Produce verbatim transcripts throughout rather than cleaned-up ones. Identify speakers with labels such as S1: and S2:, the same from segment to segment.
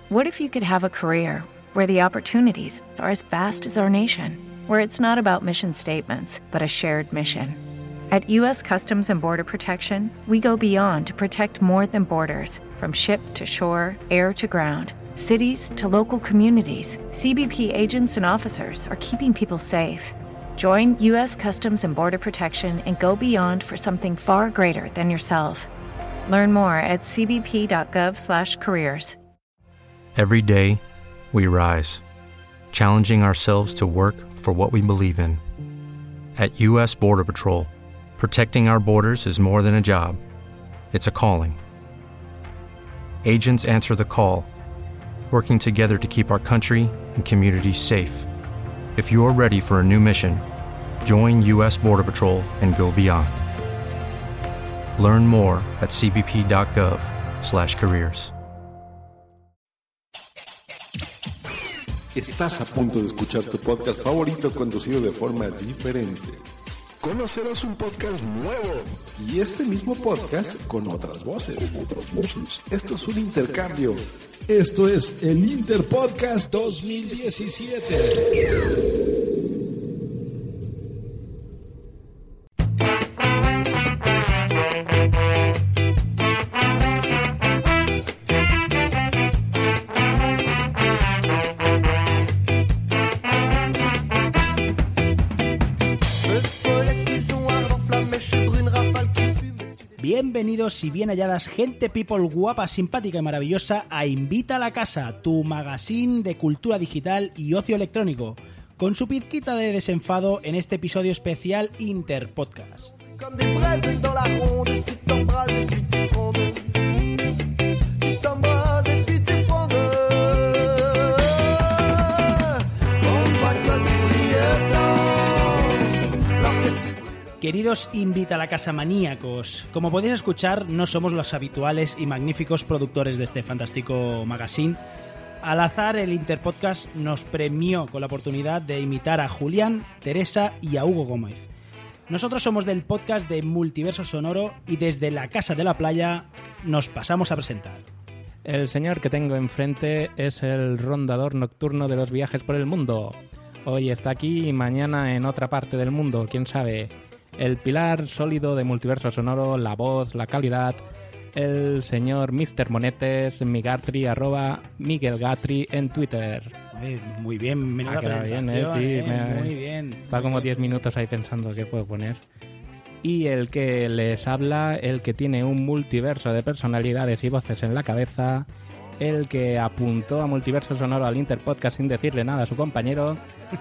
S1: What if you could have a career where the opportunities are as vast as our nation, where it's not about mission statements, but a shared mission? At U S Customs and Border Protection, we go beyond to protect more than borders. From ship to shore, air to ground, cities to local communities, C B P agents and officers are keeping people safe. Join U S Customs and Border Protection and go beyond for something far greater than yourself. Learn more at c b p dot gov slash careers.
S2: Every day, we rise, challenging ourselves to work for what we believe in. At U S Border Patrol, protecting our borders is more than a job. It's a calling. Agents answer the call, working together to keep our country and communities safe. If you're ready for a new mission, join U S Border Patrol and go beyond. Learn more at c b p dot gov slash careers.
S3: Estás a punto de escuchar tu podcast favorito conducido de forma diferente. Conocerás un podcast nuevo y este mismo podcast con otras voces. Otras voces. Esto es un intercambio. Esto es el Interpodcast dos mil diecisiete.
S4: Bienvenidos y bien halladas, gente people guapa, simpática y maravillosa, a Invita a la Casa, tu magazine de cultura digital y ocio electrónico, con su pizquita de desenfado en este episodio especial Interpodcast. Queridos Invita a la Casa maníacos, como podéis escuchar, no somos los habituales y magníficos productores de este fantástico magazine. Al azar, el Interpodcast nos premió con la oportunidad de imitar a Julián, Teresa y a Hugo Gómez. Nosotros somos del podcast de Multiverso Sonoro y desde la Casa de la Playa nos pasamos a presentar.
S5: El señor que tengo enfrente es el rondador nocturno de los viajes por el mundo. Hoy está aquí y mañana en otra parte del mundo, quién sabe. El pilar sólido de Multiverso Sonoro, la voz, la calidad, el señor mister Monetes, Migatri, arroba Miguel Gatri en Twitter.
S4: Eh, muy bien, menuda
S5: ah, presentación, bien, ¿eh? Sí,
S4: eh,
S5: me,
S4: muy bien.
S5: Está como diez minutos ahí pensando qué puedo poner. Y el que les habla, el que tiene un multiverso de personalidades y voces en la cabeza, el que apuntó a Multiverso Sonoro al Interpodcast sin decirle nada a su compañero...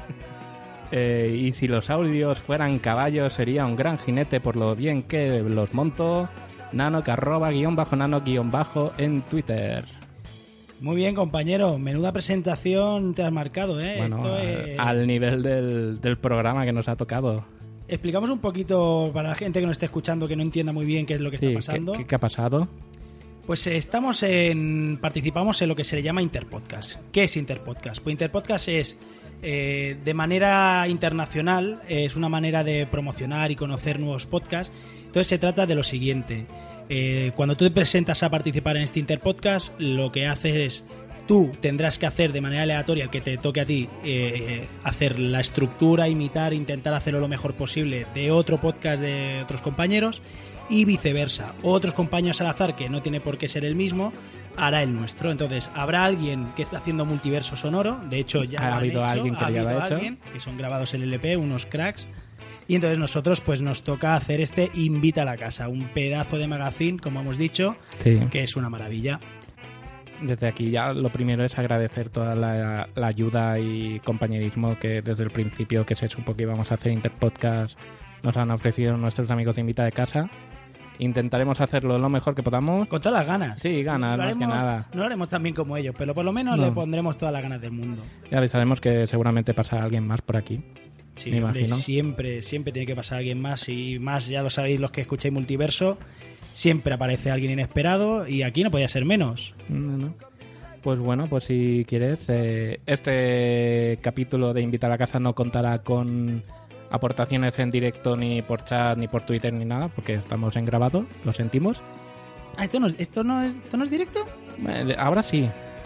S5: Eh, y si los audios fueran caballos sería un gran jinete por lo bien que los monto. Nano que arroba guión bajo nano guión bajo en Twitter.
S4: Muy bien, compañero, menuda presentación te has marcado, ¿eh?
S5: Bueno,
S4: Esto
S5: al,
S4: es...
S5: al nivel del, del programa que nos ha tocado.
S4: Explicamos un poquito para la gente que nos esté escuchando, que no entienda muy bien qué es lo que
S5: sí,
S4: está pasando.
S5: ¿qué, qué, ¿Qué ha pasado?
S4: Pues eh, estamos en... participamos en lo que se le llama Interpodcast. ¿Qué es Interpodcast? Pues Interpodcast es... Eh, de manera internacional, eh, es una manera de promocionar y conocer nuevos podcasts. Entonces se trata de lo siguiente: eh, cuando tú te presentas a participar en este Interpodcast, lo que haces es, tú tendrás que hacer de manera aleatoria el que te toque a ti, eh, hacer la estructura, imitar, intentar hacerlo lo mejor posible de otro podcast de otros compañeros, y viceversa, otros compañeros al azar, que no tiene por qué ser el mismo, hará el nuestro. Entonces habrá alguien que está haciendo Multiverso Sonoro, de hecho ya
S5: ha habido
S4: hecho,
S5: alguien que
S4: ha
S5: ya lo ha hecho,
S4: alguien, que son grabados en L P, unos cracks, y entonces nosotros pues nos toca hacer este Invita a la Casa, un pedazo de magazine, como hemos dicho,
S5: sí,
S4: que es una maravilla.
S5: Desde aquí ya lo primero es agradecer toda la, la ayuda y compañerismo que desde el principio que se supo que íbamos a hacer Interpodcast nos han ofrecido nuestros amigos de Invita de Casa. Intentaremos hacerlo lo mejor que podamos.
S4: Con todas las ganas.
S5: Sí, ganas, más que nada.
S4: No lo haremos tan bien como ellos, pero por lo menos no. le pondremos todas las ganas del mundo.
S5: Ya avisaremos que seguramente pasa alguien más por aquí.
S4: Sí,
S5: me
S4: hombre,
S5: imagino.
S4: Siempre, siempre tiene que pasar alguien más. Y más, ya lo sabéis los que escucháis Multiverso, siempre aparece alguien inesperado y aquí no podía ser menos.
S5: No, no. Pues bueno, pues si quieres, eh, este capítulo de Invita a la Casa no contará con aportaciones en directo ni por chat ni por Twitter ni nada, porque estamos en grabado, lo sentimos.
S4: Ah, ¿esto no, esto no, es, esto no es directo?
S5: Eh, ahora sí.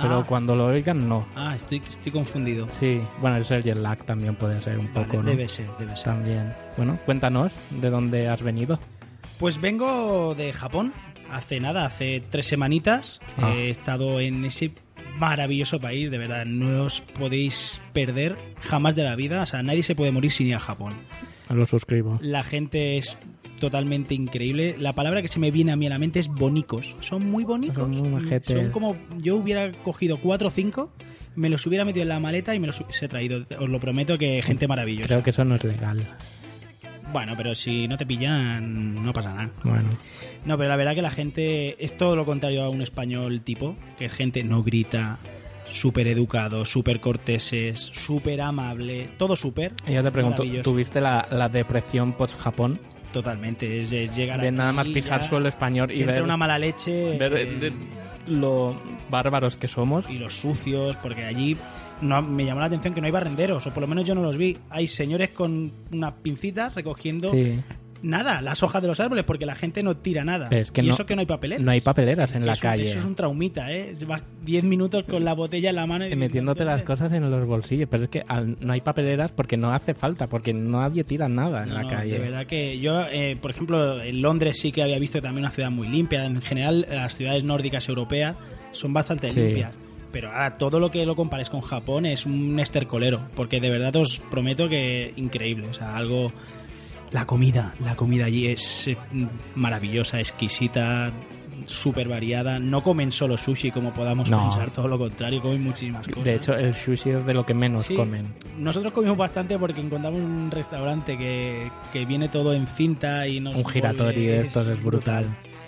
S5: pero
S4: Ah.
S5: cuando lo oigan no.
S4: Ah, estoy, estoy confundido.
S5: Sí, bueno, es el jet lag también puede ser un
S4: Vale,
S5: poco, ¿no?
S4: debe ser, debe ser.
S5: También. Bueno, cuéntanos de dónde has venido.
S4: Pues vengo de Japón. Hace nada, hace tres semanitas.
S5: Ah.
S4: He estado en ese maravilloso país, de verdad. No os podéis perder jamás de la vida. O sea, nadie se puede morir sin ir a Japón.
S5: Lo suscribo.
S4: La gente es totalmente increíble. La palabra que se me viene a mí a la mente es bonicos. Son muy bonicos.
S5: Son muy majetes.
S4: Son como yo hubiera cogido cuatro o cinco, me los hubiera metido en la maleta y me los hubiese traído. Os lo prometo que gente maravillosa.
S5: Creo que eso no es legal.
S4: Bueno, pero si no te pillan, no pasa nada.
S5: Bueno,
S4: No, pero la verdad que la gente es todo lo contrario a un español tipo, que es gente no grita, súper educado, súper corteses, súper amable, todo súper.
S5: y yo te pregunto,
S4: maravilloso.
S5: ¿tuviste la, la depresión post-Japón?
S4: Totalmente, es, es llegar
S5: De
S4: aquí
S5: nada más pisar
S4: ya,
S5: suelo español y
S4: entre
S5: ver,
S4: una mala leche
S5: ver
S4: eh,
S5: de- lo bárbaros que somos.
S4: y los sucios, porque allí no, me llamó la atención que no hay barrenderos, o por lo menos yo no los vi. Hay señores con unas pincitas recogiendo
S5: Sí.
S4: nada, las hojas de los árboles, porque la gente no tira nada.
S5: Pero es que
S4: y
S5: no-
S4: eso que no hay papeleras.
S5: No hay papeleras en la
S4: Eso-
S5: calle.
S4: Eso es un traumita, ¿eh? Vas diez minutos con la botella en la mano y
S5: Metiéndote las
S4: cosas.
S5: cosas en los bolsillos. Pero es que al- no hay papeleras porque no hace falta, porque nadie tira nada en
S4: No,
S5: la
S4: no,
S5: calle.
S4: de verdad que yo, eh, por ejemplo, en Londres sí que había visto también una ciudad muy limpia. En general, las ciudades nórdicas europeas son bastante
S5: Sí.
S4: limpias. Pero ahora todo lo que lo compares con Japón es un estercolero. Porque de verdad os prometo que increíble. O sea, algo... La comida, la comida allí es eh, maravillosa, exquisita, súper variada. No comen solo sushi como podamos
S5: No.
S4: pensar, todo lo contrario, comen muchísimas cosas.
S5: De hecho, el sushi es de lo que menos
S4: Sí.
S5: comen.
S4: Nosotros comimos bastante porque encontramos un restaurante que, que viene todo en cinta y nos
S5: Un giratorio
S4: vuelve-
S5: de estos es brutal.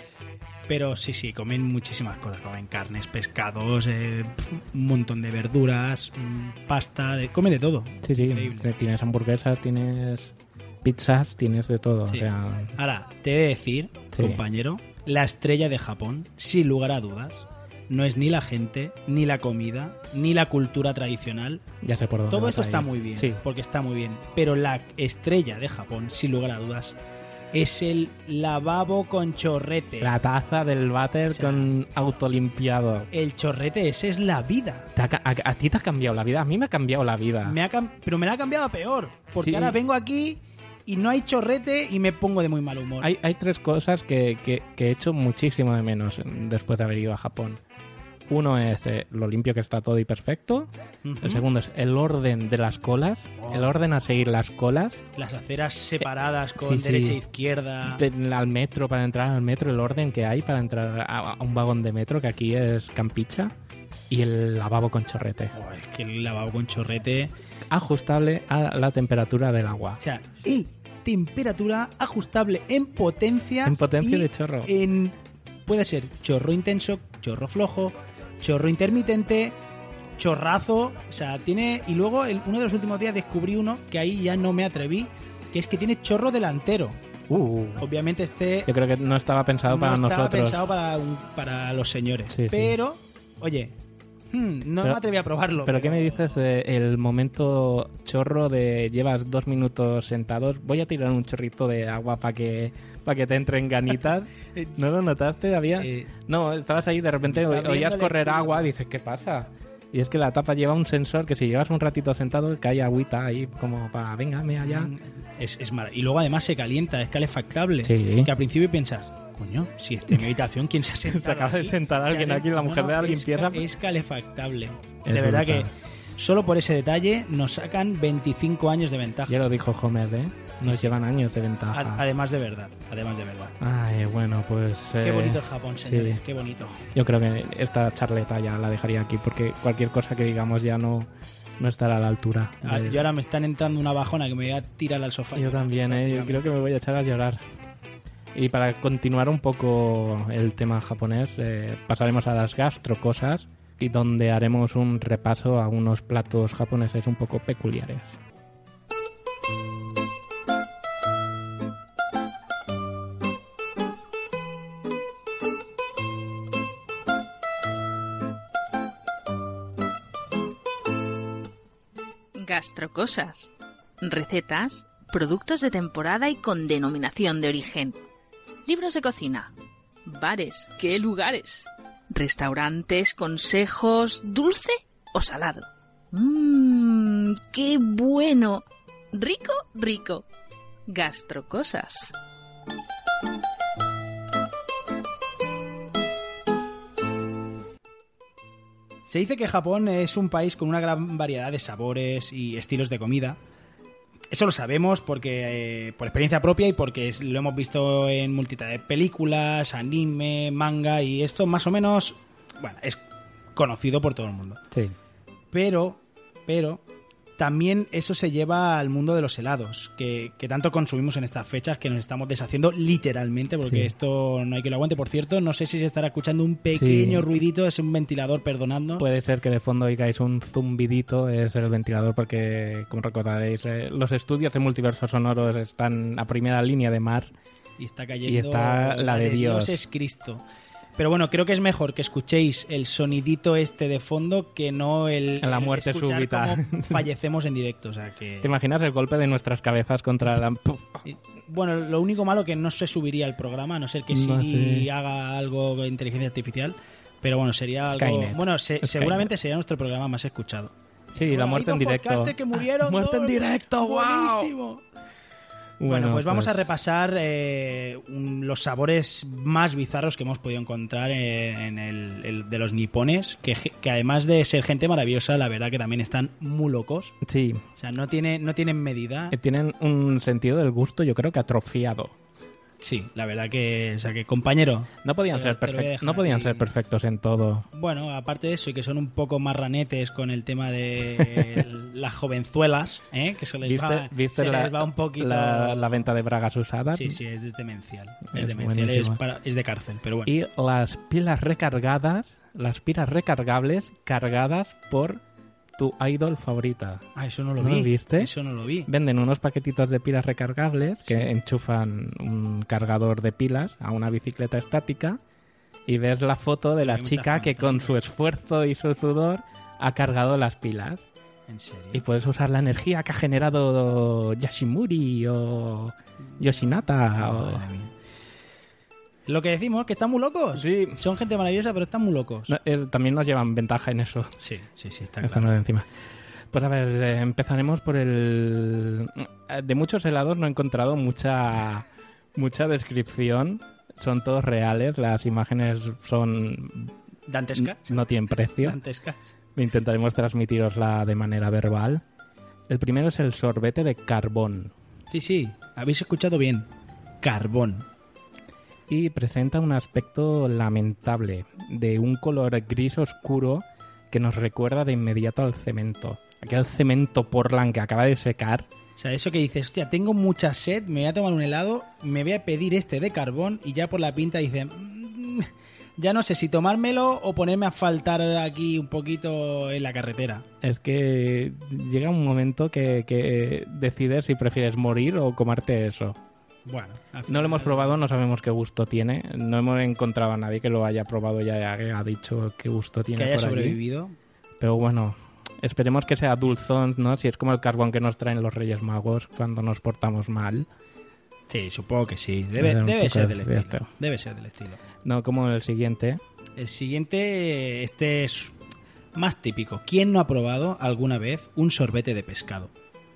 S4: Pero sí, sí, comen muchísimas cosas. Comen carnes, pescados, eh, pf, un montón de verduras, mm, pasta, de, come de todo.
S5: Sí, sí.
S4: Increíble.
S5: Tienes hamburguesas, tienes pizzas, tienes de todo.
S4: Sí.
S5: O sea,
S4: Ahora, te he de decir,
S5: Sí.
S4: compañero, la estrella de Japón, sin lugar a dudas, no es ni la gente, ni la comida, ni la cultura tradicional.
S5: ya sé por dónde
S4: Todo
S5: vas
S4: esto
S5: a
S4: está
S5: ir.
S4: muy bien,
S5: Sí.
S4: porque está muy bien. Pero la estrella de Japón, sin lugar a dudas, es el lavabo con chorrete.
S5: La taza del váter
S4: O sea,
S5: con autolimpiado.
S4: El chorrete ese es la vida.
S5: Te ha ca- A, a ti te ha cambiado la vida. A mí me ha cambiado la vida.
S4: Me ha cam- pero me la ha cambiado a peor. Porque
S5: Sí.
S4: ahora vengo aquí y no hay chorrete y me pongo de muy mal humor.
S5: Hay, hay tres cosas que, que, que he hecho muchísimo de menos después de haber ido a Japón. Uno es eh, lo limpio que está todo y perfecto.
S4: Ujú.
S5: El segundo es el orden de las colas.
S4: Oh.
S5: El orden a seguir las colas.
S4: Las aceras separadas con
S5: sí, sí.
S4: derecha e izquierda.
S5: De- al metro, para entrar al metro, el orden que hay para entrar a, a un vagón de metro, que aquí es Campicha. Y el lavabo con chorrete.
S4: Oh, es que el lavabo con chorrete.
S5: Ajustable a la temperatura del agua.
S4: O sea, y temperatura ajustable en potencia.
S5: En potencia
S4: y
S5: de chorro.
S4: En, puede ser chorro intenso, chorro flojo, chorro intermitente, chorrazo. O sea, tiene. Y luego, el- uno de los últimos días descubrí uno que ahí ya no me atreví, que es que tiene chorro delantero.
S5: Uh,
S4: Obviamente este
S5: yo creo que no estaba pensado
S4: no
S5: para
S4: estaba
S5: nosotros.
S4: pensado para, un- para los señores.
S5: Sí, sí.
S4: Pero, oye, hmm, no
S5: Pero-
S4: me atreví a probarlo.
S5: ¿Pero qué me dices de el momento chorro de llevas dos minutos sentados? Voy a tirar un chorrito de agua para que para que te entren ganitas. ¿No lo notaste? Había...
S4: Eh,
S5: No, estabas ahí de repente o-
S4: abriéndole
S5: oías correr
S4: el culo.
S5: agua y dices, ¿qué pasa? Y es que la tapa lleva un sensor que si llevas un ratito sentado cae agüita ahí como para, venga, me allá.
S4: Es, es mara- Y luego además se calienta, es calefactable.
S5: Sí.
S4: Que al principio piensas, coño, si estoy en mi habitación, ¿quién se ha sentado
S5: Se acaba de
S4: aquí?
S5: sentar
S4: Se ha
S5: alguien aquí, la
S4: sentado-
S5: mujer
S4: no,
S5: de
S4: no,
S5: alguien
S4: es,
S5: empieza-
S4: Es calefactable.
S5: Es
S4: de verdad
S5: brutal.
S4: que solo por ese detalle nos sacan veinticinco años de ventaja.
S5: Ya lo dijo Homer, ¿eh? Nos
S4: Sí, sí.
S5: llevan años de
S4: A-
S5: ventaja.
S4: Además de verdad, además de verdad.
S5: Ay, bueno, pues...
S4: Qué
S5: eh,
S4: bonito es Japón, señores,
S5: sí.
S4: qué bonito.
S5: Yo creo que esta charleta ya la dejaría aquí porque cualquier cosa que digamos ya no, no estará a la altura.
S4: Ah,
S5: de-
S4: Yo ahora me están entrando una bajona que me voy a tirar al sofá.
S5: Yo también, ¿eh? Yo creo que me voy a echar a llorar. Y para continuar un poco el tema japonés, eh, pasaremos a las gastrocosas y donde haremos un repaso a unos platos japoneses un poco peculiares.
S6: Gastrocosas. Recetas, productos de temporada y con denominación de origen. Libros de cocina. Bares, qué lugares. Restaurantes, consejos, ¿dulce o salado? Mmm, qué bueno. Rico, rico. Gastrocosas.
S4: Se dice que Japón es un país con una gran variedad de sabores y estilos de comida. Eso lo sabemos porque eh, por experiencia propia y porque es, lo hemos visto en multitud de películas, anime, manga, y esto más o menos, bueno, es conocido por todo el mundo.
S5: Sí.
S4: Pero, pero, también eso se lleva al mundo de los helados, que, que tanto consumimos en estas fechas que nos estamos deshaciendo literalmente, porque
S5: Sí.
S4: esto no hay que lo aguante. Por cierto, no sé si se estará escuchando un pequeño
S5: Sí.
S4: ruidito, es un ventilador, perdonadnos.
S5: Puede ser que de fondo oigáis un zumbidito, es el ventilador porque, como recordaréis, eh, los estudios de multiversos sonoros están a primera línea de mar.
S4: Y está cayendo.
S5: Y está la de Dios.
S4: es Cristo. Pero bueno, creo que es mejor que escuchéis el sonidito este de fondo que no el.
S5: La
S4: el
S5: muerte
S4: escuchar
S5: súbita.
S4: cómo fallecemos en directo. O sea que.
S5: ¿Te imaginas el golpe de nuestras cabezas contra la... ¡Puf!
S4: Y, Bueno, lo único malo que no se subiría al programa, a no ser que
S5: No
S4: Siri
S5: sé.
S4: haga algo de inteligencia artificial. Pero bueno, sería algo.
S5: Skynet.
S4: Bueno, se-
S5: Skynet.
S4: seguramente sería nuestro programa más escuchado.
S5: Sí, la
S4: Bueno,
S5: muerte
S4: hay
S5: en
S4: dos
S5: directo.
S4: podcastes que murieron.
S5: ¡Muerte en
S4: dos.
S5: directo! ¡Guau!
S4: ¡Buenísimo! Bueno, pues vamos a repasar eh, un- los sabores más bizarros que hemos podido encontrar en, en el, el de los nipones, que, que además de ser gente maravillosa, la verdad que también están muy locos.
S5: Sí,
S4: O sea, no, tiene, no tienen medida.
S5: eh, tienen un sentido del gusto yo creo que atrofiado.
S4: Sí, la verdad que, o sea, que compañero,
S5: No podían,
S4: Te-
S5: ser,
S4: te lo voy a
S5: perfect-
S4: dejar
S5: no podían
S4: aquí.
S5: ser perfectos en todo.
S4: bueno, aparte de eso y que son un poco marranetes con el tema de las jovenzuelas, ¿eh? Que se les
S5: ¿Viste,
S4: va,
S5: viste
S4: se
S5: la,
S4: les va un poquito...
S5: la, la venta de bragas usadas?
S4: Sí, sí, es demencial. Es,
S5: Es
S4: demencial, es,
S5: buenísimo.
S4: para- es de cárcel, pero bueno.
S5: Y las pilas recargadas, las pilas recargables cargadas por tu idol favorita.
S4: Ah, eso no lo
S5: ¿No
S4: vi.
S5: lo viste?
S4: Eso no lo vi.
S5: Venden unos paquetitos de pilas recargables que enchufan un cargador de pilas a una bicicleta estática y ves la foto de la
S4: ¿Qué me
S5: chica
S4: estás
S5: que con
S4: contando?
S5: su esfuerzo y su sudor ha cargado las pilas.
S4: En serio.
S5: Y puedes usar la energía que ha generado Yashimuri o Yoshinata. O...
S4: Madre mía. Lo que decimos, que están muy locos.
S5: Sí.
S4: Son gente maravillosa, pero están muy locos.
S5: No, es- también nos llevan ventaja en eso.
S4: Sí, sí, sí, está
S5: Estando
S4: claro.
S5: de encima. Pues a ver, eh, empezaremos por el... De muchos helados no he encontrado mucha, mucha descripción. Son todos reales, las imágenes son...
S4: ¿Dantescas?
S5: No tienen precio.
S4: Dantescas.
S5: Intentaremos transmitirosla de manera verbal. El primero es el sorbete de carbón.
S4: Sí, sí, habéis escuchado bien. Carbón.
S5: Y presenta un aspecto lamentable, de un color gris oscuro que nos recuerda de inmediato al cemento. Aquel cemento Portland que acaba de secar.
S4: O sea, eso que dices, hostia, tengo mucha sed, me voy a tomar un helado, me voy a pedir este de carbón y ya por la pinta dice, "Mm, ya no sé si tomármelo o ponerme a faltar aquí un poquito en la carretera.
S5: Es que llega un momento que, que decides si prefieres morir o comerte eso.
S4: Bueno, al
S5: No lo hemos
S4: final-
S5: probado, no sabemos qué gusto tiene. No hemos encontrado a nadie que lo haya probado y haya, ha dicho qué gusto
S4: que
S5: tiene
S4: haya
S5: por allí.
S4: sobrevivido.
S5: Pero bueno, esperemos que sea dulzón, ¿no? Si es como el carbón que nos traen los Reyes Magos cuando nos portamos mal.
S4: Sí, supongo que sí. Debe,
S5: Debe un
S4: debe
S5: poco
S4: ser
S5: de
S4: del
S5: cierto.
S4: estilo. Debe ser del estilo.
S5: No como el siguiente.
S4: El siguiente, este es más típico. ¿Quién no ha probado alguna vez un sorbete de pescado?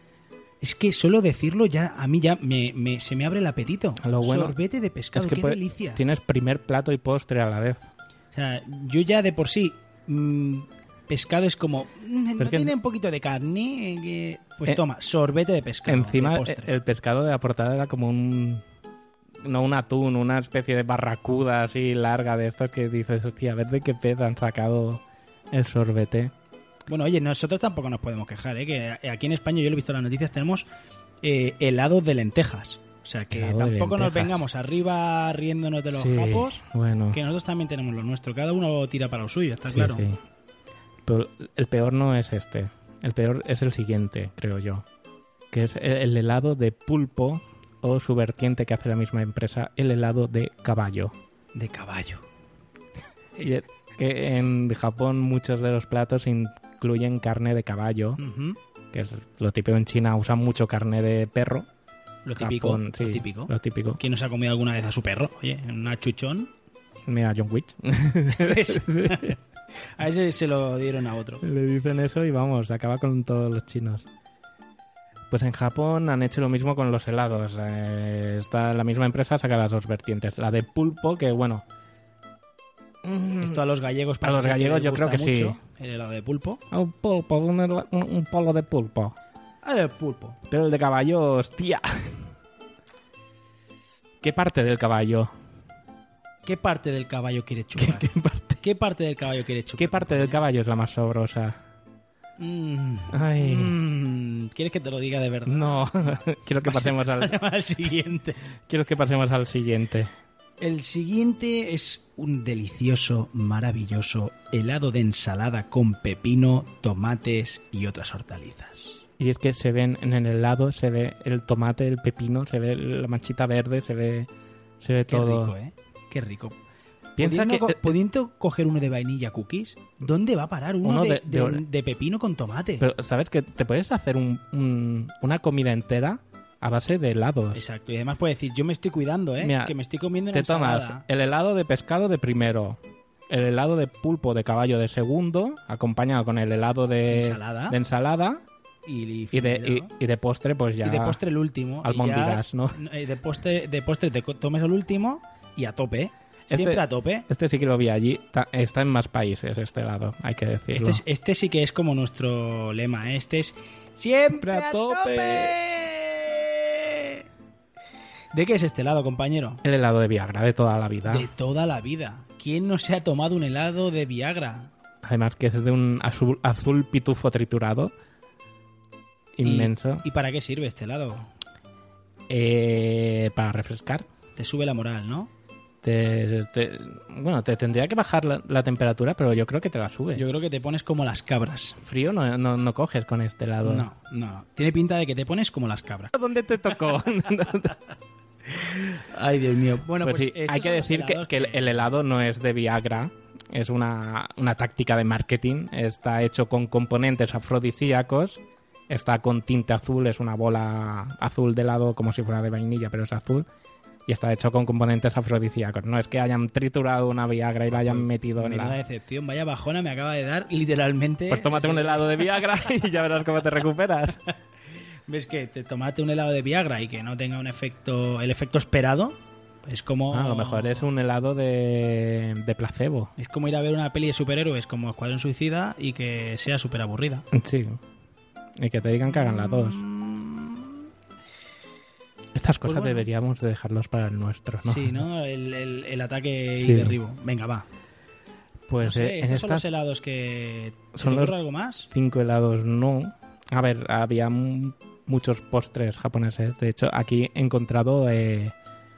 S4: Es que solo decirlo ya, a mí ya me, me- se me abre el apetito.
S5: Lo bueno
S4: sorbete de pescado,
S5: es que
S4: qué
S5: puede-
S4: delicia.
S5: tienes primer plato y postre a la vez.
S4: O sea, yo ya de por sí, mm, pescado es como, mm,
S5: Pero
S4: ¿no
S5: es que-
S4: tiene un poquito de carne? Eh, que- Pues
S5: Eh,
S4: toma, sorbete de pescado.
S5: Encima,
S4: de postre.
S5: el pescado de la portada era como un... No un atún, una especie de barracuda así larga de estas que dices, hostia, a ver de qué pez han sacado el sorbete.
S4: Bueno, oye, nosotros tampoco nos podemos quejar, ¿eh? Que aquí en España, yo lo he visto en las noticias, tenemos eh, helado de lentejas. O sea, que
S5: Helado de
S4: tampoco nos
S5: lentejas.
S4: vengamos arriba riéndonos de los
S5: Sí,
S4: japos,
S5: bueno.
S4: que nosotros también tenemos lo nuestro. Cada uno tira para lo suyo, está
S5: Sí,
S4: claro.
S5: sí. Pero el peor no es este. El peor es el siguiente, creo yo. Que es el, el helado de pulpo o su vertiente que hace la misma empresa, el helado de caballo.
S4: De caballo.
S5: Y es que en Japón muchos de los platos incluyen carne de caballo,
S4: Ujú.
S5: que es lo típico en China, usan mucho carne de perro.
S4: Lo típico,
S5: Japón, sí,
S4: lo típico.
S5: lo típico.
S4: ¿Quién nos ha comido alguna vez a su perro? Oye, una chuchón.
S5: Mira, John Wick.
S4: A ese se lo dieron a otro.
S5: Le dicen eso y vamos, acaba con todos los chinos. Pues en Japón han hecho lo mismo con los helados. Eh, está la misma empresa, saca las dos vertientes. La de pulpo, que bueno...
S4: Esto a los gallegos...
S5: A los gallegos yo creo que sí.
S4: El helado de pulpo.
S5: Un pulpo, un, un, un polo de pulpo.
S4: Ah, el pulpo.
S5: Pero el de caballo, hostia. ¿Qué parte del caballo?
S4: ¿Qué parte del caballo quiere chupar?
S5: ¿Qué, qué, parte?
S4: ¿Qué parte del caballo quiere chupar?
S5: ¿Qué parte del caballo es la más sabrosa?
S4: Mm.
S5: Ay.
S4: Mm. ¿Quieres que te lo diga de verdad?
S5: No, quiero que pasemos al...
S4: al siguiente.
S5: Quiero que pasemos al siguiente.
S4: El siguiente es un delicioso, maravilloso helado de ensalada con pepino, tomates y otras hortalizas.
S5: Y es que se ven en el helado, se ve el tomate, el pepino, se ve la manchita verde, se ve, se ve
S4: Qué
S5: todo.
S4: Rico, ¿eh? Qué rico.
S5: Piensa
S4: pudiendo,
S5: que...
S4: co- pudiendo coger uno de vainilla cookies, ¿dónde va a parar uno,
S5: Uno
S4: de,
S5: de- de-
S4: de- de pepino con tomate?
S5: Pero, ¿sabes que te puedes hacer un, un- una comida entera a base de helados?
S4: Exacto, y además puedes decir, yo me estoy cuidando, ¿eh?
S5: Mira,
S4: que me estoy comiendo una
S5: Te tomas
S4: ensalada.
S5: el helado de pescado de primero, el helado de pulpo de caballo de segundo, acompañado con el helado de
S4: Ensalada.
S5: de ensalada
S4: Y,
S5: y, de,
S4: finito.
S5: y, y de postre, pues ya...
S4: Y de postre el último.
S5: Almóndigas,
S4: y ya-
S5: ¿no? Este-
S4: a tope.
S5: Este sí que lo vi allí. Ta- Está en más países este helado, hay que decirlo.
S4: Este, es- este sí que es como nuestro lema. ¿eh? Este es siempre a tope. ¿De qué es este helado, compañero?
S5: El helado de Viagra de toda la vida.
S4: De toda la vida. ¿Quién no se ha tomado un helado de Viagra?
S5: Además que es de un azul, azul pitufo triturado.
S4: ¿Y-
S5: Inmenso.
S4: ¿Y para qué sirve este helado?
S5: Eh, para refrescar.
S4: Te sube la moral, ¿no?
S5: Te, te- bueno, te tendría que bajar la, la temperatura, pero yo creo que te la sube.
S4: Yo creo que te pones como las cabras.
S5: Frío no, no, no coges con este helado.
S4: No, no. Tiene pinta de que te pones como las cabras.
S5: ¿Dónde te tocó?
S4: Ay, Dios mío. Bueno,
S5: Pues
S4: pues,
S5: sí,
S4: estos
S5: hay que
S4: son los
S5: decir que,
S4: helados
S5: que el, el helado no es de Viagra, es una, una táctica de marketing. Está hecho con componentes afrodisíacos, está con tinte azul, es una bola azul de helado como si fuera de vainilla, pero es azul. Y está hecho con componentes afrodisíacos. No es que hayan triturado una Viagra y la hayan metido en
S4: Menuda
S5: la...
S4: decepción, vaya bajona me acaba de dar literalmente.
S5: Pues tómate un helado de Viagra y ya verás cómo te recuperas.
S4: ¿Ves que te tomate un helado de Viagra y que no tenga un efecto, el efecto esperado? Es como...
S5: Ah, a lo mejor es un helado de, de placebo.
S4: Es como ir a ver una peli de superhéroes como Escuadrón Suicida y que sea súper aburrida.
S5: Sí. Y que te digan que hagan las dos. Estas cosas
S4: Pues bueno.
S5: deberíamos de dejarlos para el nuestro, ¿no?
S4: Sí, ¿no? El, el- el ataque
S5: Sí.
S4: y derribo. Venga, va.
S5: Pues
S4: No sé,
S5: eh, en
S4: estos son los
S5: estas
S4: helados que... ¿Se
S5: son
S4: te
S5: los-
S4: ocurre algo más?
S5: cinco helados no. A ver, había m- muchos postres japoneses. De hecho, aquí he encontrado eh,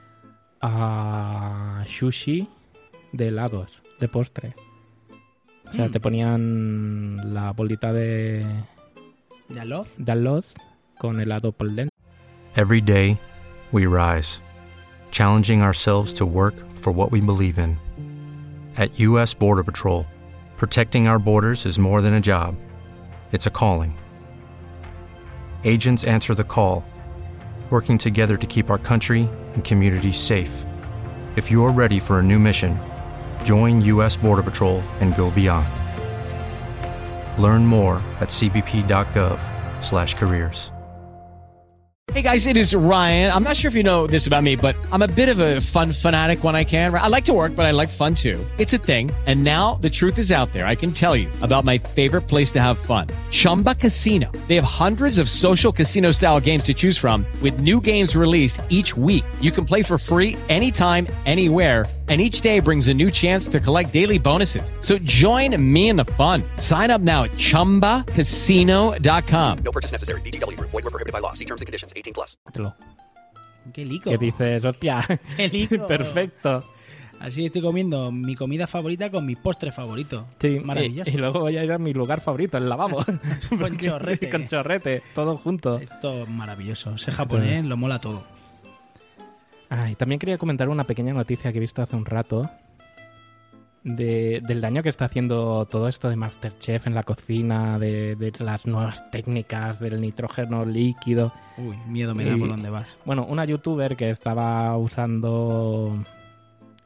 S5: a sushi de helados, de postre. O sea,
S4: Mm.
S5: te ponían la bolita de,
S4: ¿De Alof?
S5: de arroz con helado por dentro.
S2: Every day, we rise, challenging ourselves to work for what we believe in. At U S Border Patrol, protecting our borders is more than a job, it's a calling. Agents answer the call, working together to keep our country and communities safe. If you're ready for a new mission, join U S Border Patrol and go beyond. Learn more at c b p dot gov slash careers.
S7: Hey guys, it is Ryan. I'm not sure if you know this about me, but I'm a bit of a fun fanatic when I can. I like to work, but I like fun too. It's a thing. And now the truth is out there. I can tell you about my favorite place to have fun. Chumba Casino. They have hundreds of social casino style games to choose from with new games released each week. You can play for free anytime, anywhere. And each day brings a new chance to collect daily bonuses. So join me in the fun. Sign up now at chumba casino dot com.
S8: No purchase necessary. V G W. Void were prohibited by law. See terms and conditions. eighteen plus.
S4: ¡Qué lico!
S5: Que dices, hostia,
S4: ¡Qué lico!
S5: perfecto.
S4: Así estoy comiendo mi comida favorita con mi postre favorito.
S5: Sí,
S4: Maravilloso.
S5: Y, y luego voy a ir a mi lugar favorito, el lavabo.
S4: Con chorrete.
S5: Con chorrete, todo junto.
S4: Esto es maravilloso. Ser japonés lo mola todo.
S5: Ah, y también quería comentar una pequeña noticia que he visto hace un rato de, del daño que está haciendo todo esto de MasterChef en la cocina, de, de las nuevas técnicas, del nitrógeno líquido.
S4: Uy, miedo me da
S5: Y-
S4: por dónde vas.
S5: Bueno, una youtuber que estaba usando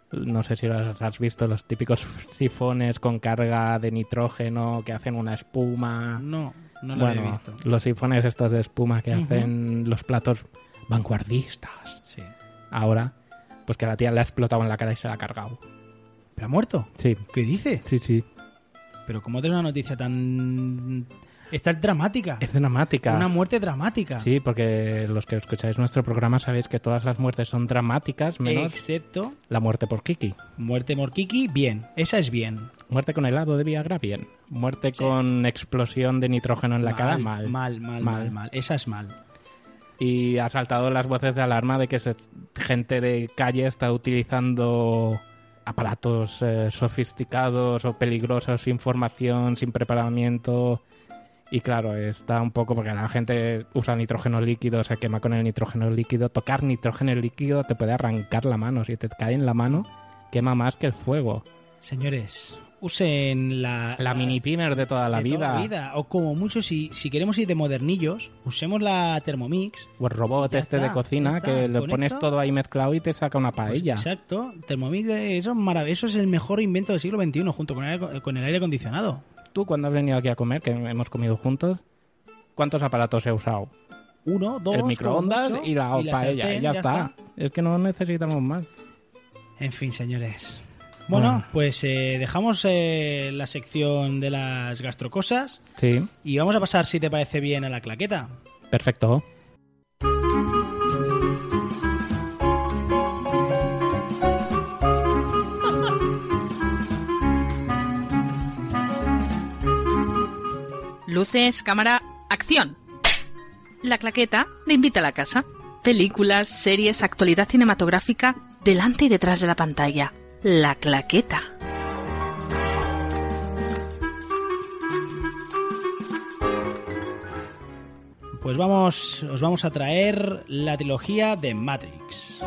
S5: No sé si los has visto, los típicos sifones con carga de nitrógeno que hacen una espuma.
S4: No, no lo
S5: bueno,
S4: he visto.
S5: Los sifones estos de espuma que
S4: Uh-huh.
S5: hacen los platos vanguardistas.
S4: Sí.
S5: Ahora, pues que la tía le ha explotado en la cara y se la ha cargado.
S4: ¿Pero ha muerto?
S5: Sí,
S4: ¿Qué dice?
S5: sí, sí.
S4: Pero ¿cómo te una noticia tan... Esta es dramática.
S5: Es dramática.
S4: Una muerte dramática.
S5: Sí, porque los que escucháis nuestro programa sabéis que todas las muertes son dramáticas, menos
S4: Excepto
S5: la muerte por Kiki.
S4: muerte Morkiki, bien. Esa es bien.
S5: Muerte con helado de Viagra, bien. Muerte con explosión de nitrógeno en la cara, mal.
S4: Mal, mal, mal, mal. Esa es mal.
S5: Y ha saltado las voces de alarma de que se- gente de calle está utilizando aparatos eh, sofisticados o peligrosos sin formación, sin preparamiento. Y claro, está un poco porque la gente usa nitrógeno líquido, se quema con el nitrógeno líquido. Tocar nitrógeno líquido te puede arrancar la mano. Si te cae en la mano, quema más que el fuego.
S4: Señores, usen la...
S5: La mini pimer de toda la
S4: de
S5: vida.
S4: toda la vida. O como mucho, si, si queremos ir de modernillos, usemos la Thermomix.
S5: O el robot
S4: Ya
S5: este
S4: está,
S5: de cocina
S4: ya está.
S5: que le
S4: Con
S5: pones
S4: esto-
S5: todo ahí mezclado y te saca una
S4: Pues
S5: paella.
S4: exacto. Thermomix, eh, eso es maravilloso. Es el mejor invento del siglo veintiuno junto con el, aire- con el aire acondicionado.
S5: Tú, cuando has venido aquí a comer, que hemos comido juntos, ¿cuántos aparatos he usado?
S4: Uno, dos,
S5: el microondas
S4: como mucho,
S5: y la paella.
S4: sartén,
S5: ya, está. Es que no necesitamos más.
S4: En fin, señores. Bueno,
S5: Bueno.
S4: pues eh, dejamos eh, la sección de las gastrocosas
S5: Sí,
S4: y vamos a pasar, si te parece bien, a la claqueta.
S5: perfecto.
S6: Luces, cámara, acción. La claqueta le invita a la casa. Películas, series, actualidad cinematográfica, delante y detrás de la pantalla. La claqueta.
S4: Pues vamos, os vamos a traer la trilogía de Matrix.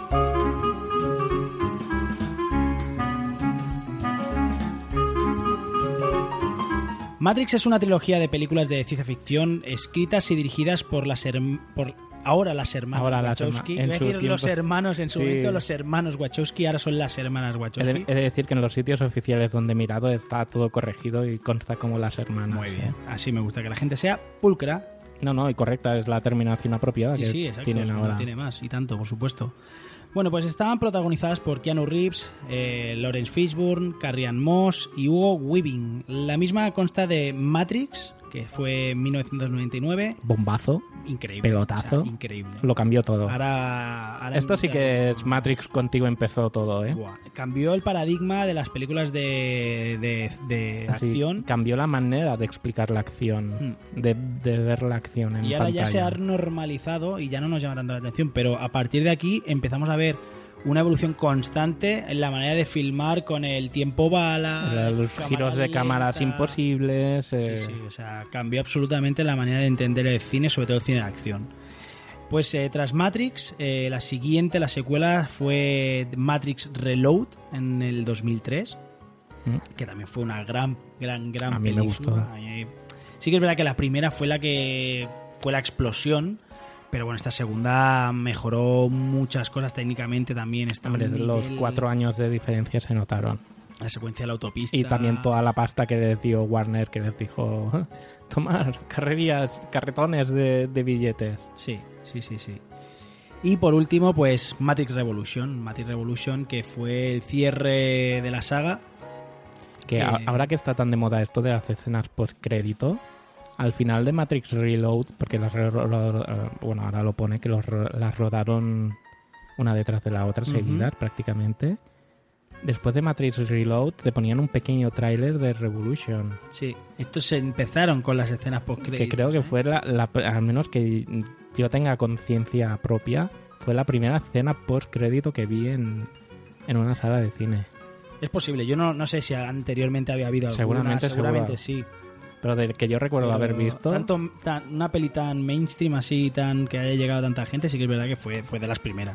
S4: Matrix es una trilogía de películas de ciencia ficción escritas y dirigidas por las herm- por ahora las hermanas
S5: Ahora las
S4: Wachowski.
S5: herma- en
S4: Iba a
S5: su
S4: decir los
S5: tiempo-
S4: hermanos en su
S5: Sí.
S4: momento, los hermanos Wachowski, ahora son las hermanas
S5: He
S4: Wachowski.
S5: de, he de decir que en los sitios oficiales donde he mirado está todo corregido y consta como las hermanas.
S4: Muy bien, así me gusta que la gente sea pulcra.
S5: No, no, y correcta es la terminación apropiada
S4: Sí,
S5: que
S4: sí, exacto.
S5: tienen
S4: no
S5: ahora.
S4: tiene más, y tanto, por supuesto. Bueno, pues estaban protagonizadas por Keanu Reeves, eh, Lawrence Fishburne, Carrie Ann Moss y Hugo Weaving. La misma consta de Matrix, que fue en mil novecientos noventa y nueve.
S5: Bombazo,
S4: Increíble.
S5: pelotazo.
S4: o sea, increíble.
S5: lo cambió todo.
S4: Ahora, ahora
S5: Esto sí que es Matrix, contigo empezó todo, ¿eh?
S4: Buah, cambió el paradigma de las películas de, de, de
S5: Así,
S4: acción.
S5: cambió la manera de explicar la acción, de, de ver la acción en
S4: Y ahora
S5: pantalla.
S4: ya se ha normalizado y ya no nos llama tanto la atención, pero a partir de aquí empezamos a ver una evolución constante en la manera de filmar con el tiempo bala,
S5: Los
S4: cámara
S5: giros de cámaras
S4: lenta.
S5: imposibles. eh,
S4: Sí, sí, o sea, cambió absolutamente la manera de entender el cine, sobre todo el cine de acción. Pues eh, tras Matrix, eh, la siguiente, la secuela, fue Matrix Reload en el dos mil tres,
S5: Mm.
S4: que también fue una gran, gran, gran
S5: A mí me
S4: película.
S5: gustó.
S4: A mí- Sí que es verdad que la primera fue la que fue la explosión, pero bueno, esta segunda mejoró muchas cosas técnicamente también. Está a un
S5: Hombre, los
S4: nivel-
S5: cuatro años de diferencia se notaron.
S4: La secuencia de la autopista.
S5: Y también toda la pasta que les dio Warner, que les dijo, tomar carrerías, carretones de, de billetes.
S4: Sí, sí, sí, sí. Y por último, pues Matrix Revolution. Matrix Revolution, que fue el cierre de la saga.
S5: Que
S4: Eh,
S5: a- ahora que está tan de moda esto de las escenas post-crédito, al final de Matrix Reload, porque las ro- ro- eh, bueno, ahora lo pone que los ro- las rodaron una detrás de la otra,
S4: Ujú.
S5: seguidas prácticamente. Después de Matrix Reload te ponían un pequeño tráiler de Revolution,
S4: Sí, estos se empezaron con las escenas post
S5: que creo que fue la, la- al menos que yo tenga conciencia propia, fue la primera escena post-crédito que vi en, en una sala de cine.
S4: Es posible, yo no, no sé si anteriormente había habido alguna,
S5: Seguramente,
S4: seguramente
S5: seguro.
S4: sí.
S5: Pero del que yo recuerdo
S4: Pero
S5: haber visto...
S4: Tanto, tan- una peli tan mainstream así, tan que haya llegado a tanta gente, sí que es verdad que fue, fue de las primeras.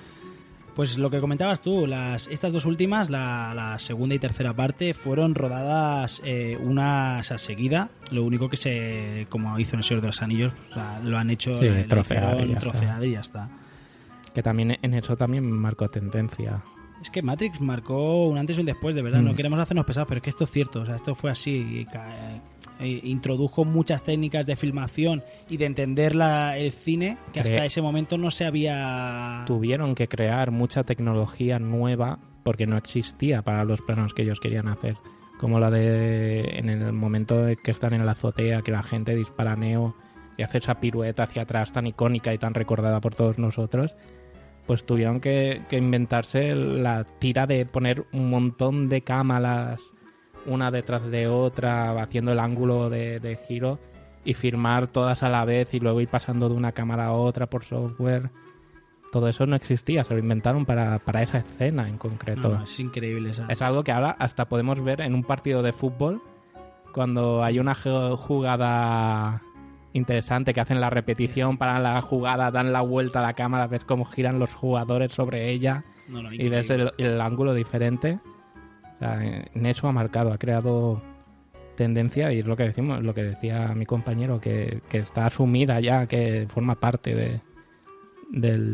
S4: Pues lo que comentabas tú, las, estas dos últimas, la, la segunda y tercera parte, fueron rodadas eh, una seguida. Lo único que se, como hizo en El Señor de los Anillos, o sea, lo han hecho
S5: Sí,
S4: eh, lo
S5: trocear y
S4: hicieron
S5: ya
S4: trocear y ya está.
S5: Que también en eso también marcó tendencia.
S4: Es que Matrix marcó un antes y un después, de verdad. Mm. No queremos hacernos pesados, pero es que esto es cierto. O sea, esto fue así. Y, e introdujo muchas técnicas de filmación y de entender la, el cine que hasta ese momento no se había...
S5: Tuvieron que crear mucha tecnología nueva porque no existía para los planos que ellos querían hacer. Como la de en el momento de que están en la azotea, que la gente dispara neo y hace esa pirueta hacia atrás tan icónica y tan recordada por todos nosotros. Pues tuvieron que, que inventarse la tira de poner un montón de cámaras una detrás de otra, haciendo el ángulo de, de giro y filmar todas a la vez y luego ir pasando de una cámara a otra por software. Todo eso no existía, se lo inventaron para, para esa escena en concreto.
S4: No, es increíble. ¿Sabes?
S5: Es algo que ahora hasta podemos ver en un partido de fútbol cuando hay una jugada interesante que hacen la repetición para la jugada, dan la vuelta a la cámara, ves cómo giran los jugadores sobre ella no, no, y ves el, el ángulo diferente. O sea, en eso ha marcado, ha creado tendencia y es lo que decimos, lo que decía mi compañero, que, que está asumida ya, que forma parte de del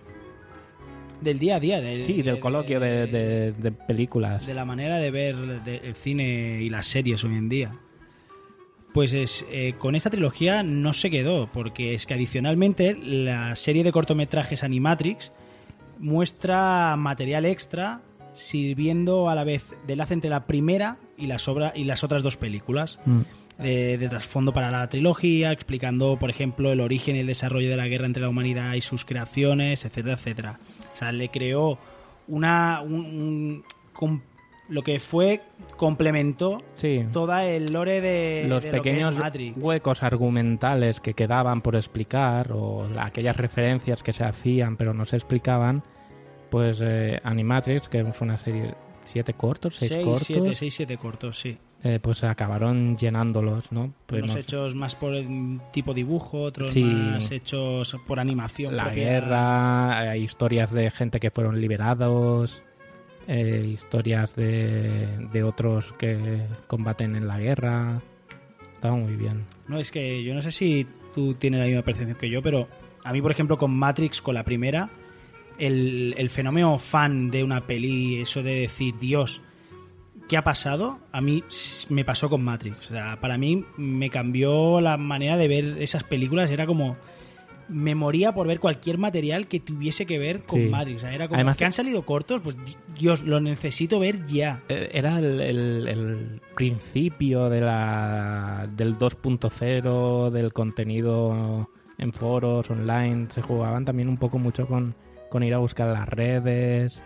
S4: del día a día, del,
S5: sí, del de, coloquio de, de, de, de películas,
S4: de la manera de ver de, el cine y las series hoy en día. Pues es, eh, con esta trilogía no se quedó, porque es que adicionalmente la serie de cortometrajes Animatrix muestra material extra sirviendo a la vez de enlace entre la primera y las, obra, y las otras dos películas. Mm. De, de trasfondo para la trilogía, explicando, por ejemplo, el origen y el desarrollo de la guerra entre la humanidad y sus creaciones, etcétera, etcétera. O sea, le creó una... Un, un, lo que fue complementó sí. toda el lore de
S5: los
S4: de
S5: pequeños
S4: lo que es Matrix.
S5: Huecos argumentales que quedaban por explicar o la, aquellas referencias que se hacían pero no se explicaban, pues eh, Animatrix, que fue una serie siete cortos, seis, seis cortos,
S4: siete, seis, siete cortos, sí.
S5: Eh, pues acabaron llenándolos, ¿no? Pues
S4: unos
S5: no,
S4: hechos más por el tipo dibujo, otros
S5: sí.
S4: más hechos por animación.
S5: La
S4: propia.
S5: guerra, hay historias de gente que fueron liberados. Eh, historias de, de otros que combaten en la guerra. Estaba muy bien.
S4: No, es que yo no sé si tú tienes la misma percepción que yo, pero a mí, por ejemplo, con Matrix, con la primera, el, el fenómeno fan de una peli, eso de decir, Dios, ¿qué ha pasado? A mí me pasó con Matrix. O sea, para mí me cambió la manera de ver esas películas. Era como... me moría por ver cualquier material que tuviese que ver con sí. Matrix. O sea, era como Además, que han salido cortos, pues Dios, lo necesito ver ya.
S5: Era el, el, el principio de la del dos punto cero, del contenido en foros, online. Se jugaban también un poco mucho con, con ir a buscar las redes.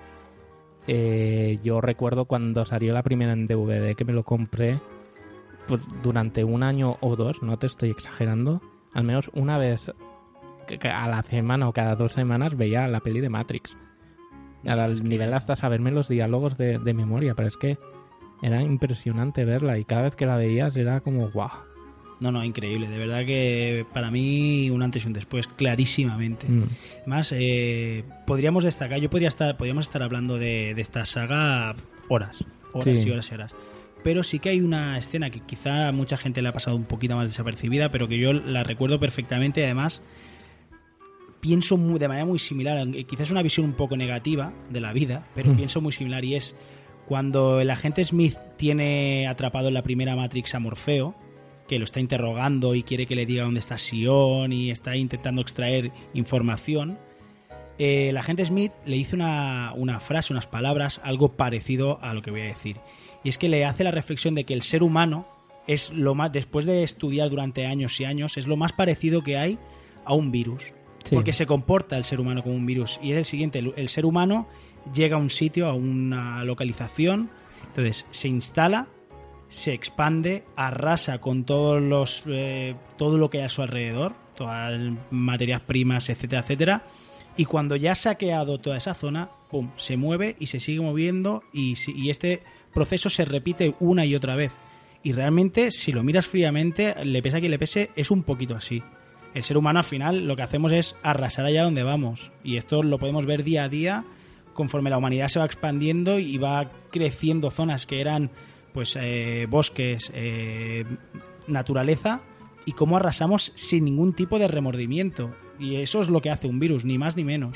S5: Eh, yo recuerdo cuando salió la primera en D V D que me lo compré, pues durante un año o dos, no te estoy exagerando, al menos una vez a la semana o cada dos semanas veía la peli de Matrix. Al nivel hasta saberme los diálogos de, de memoria, pero es que era impresionante verla y cada vez que la veías era como guau.
S4: No, no, increíble. De verdad que para mí un antes y un después, clarísimamente. Mm. Además, eh, podríamos destacar, yo podría estar, podríamos estar hablando de, de esta saga horas, horas sí. y horas y horas. Pero sí que hay una escena que quizá a mucha gente le ha pasado un poquito más desapercibida, pero que yo la recuerdo perfectamente. Además, pienso muy, de manera muy similar, quizás es una visión un poco negativa de la vida, pero mm. pienso muy similar, y es cuando el agente Smith tiene atrapado en la primera Matrix a Morfeo, que lo está interrogando y quiere que le diga dónde está Sion y está intentando extraer información. Eh, el agente Smith le dice una, una frase, unas palabras, algo parecido a lo que voy a decir. Y es que le hace la reflexión de que el ser humano es lo más, después de estudiar durante años y años, es lo más parecido que hay a un virus. Sí. Porque se comporta el ser humano como un virus. Y es el siguiente, el, el ser humano llega a un sitio, a una localización, entonces se instala, se expande, arrasa con todos los eh, todo lo que hay a su alrededor, todas las materias primas, etcétera, etcétera, y cuando ya ha saqueado toda esa zona, pum, se mueve y se sigue moviendo, y, y este proceso se repite una y otra vez. Y realmente, si lo miras fríamente, le pese a quien le pese, es un poquito así. El ser humano al final lo que hacemos es arrasar allá donde vamos, y esto lo podemos ver día a día conforme la humanidad se va expandiendo y va creciendo zonas que eran pues eh, bosques, eh, naturaleza, y cómo arrasamos sin ningún tipo de remordimiento. Y eso es lo que hace un virus, ni más ni menos.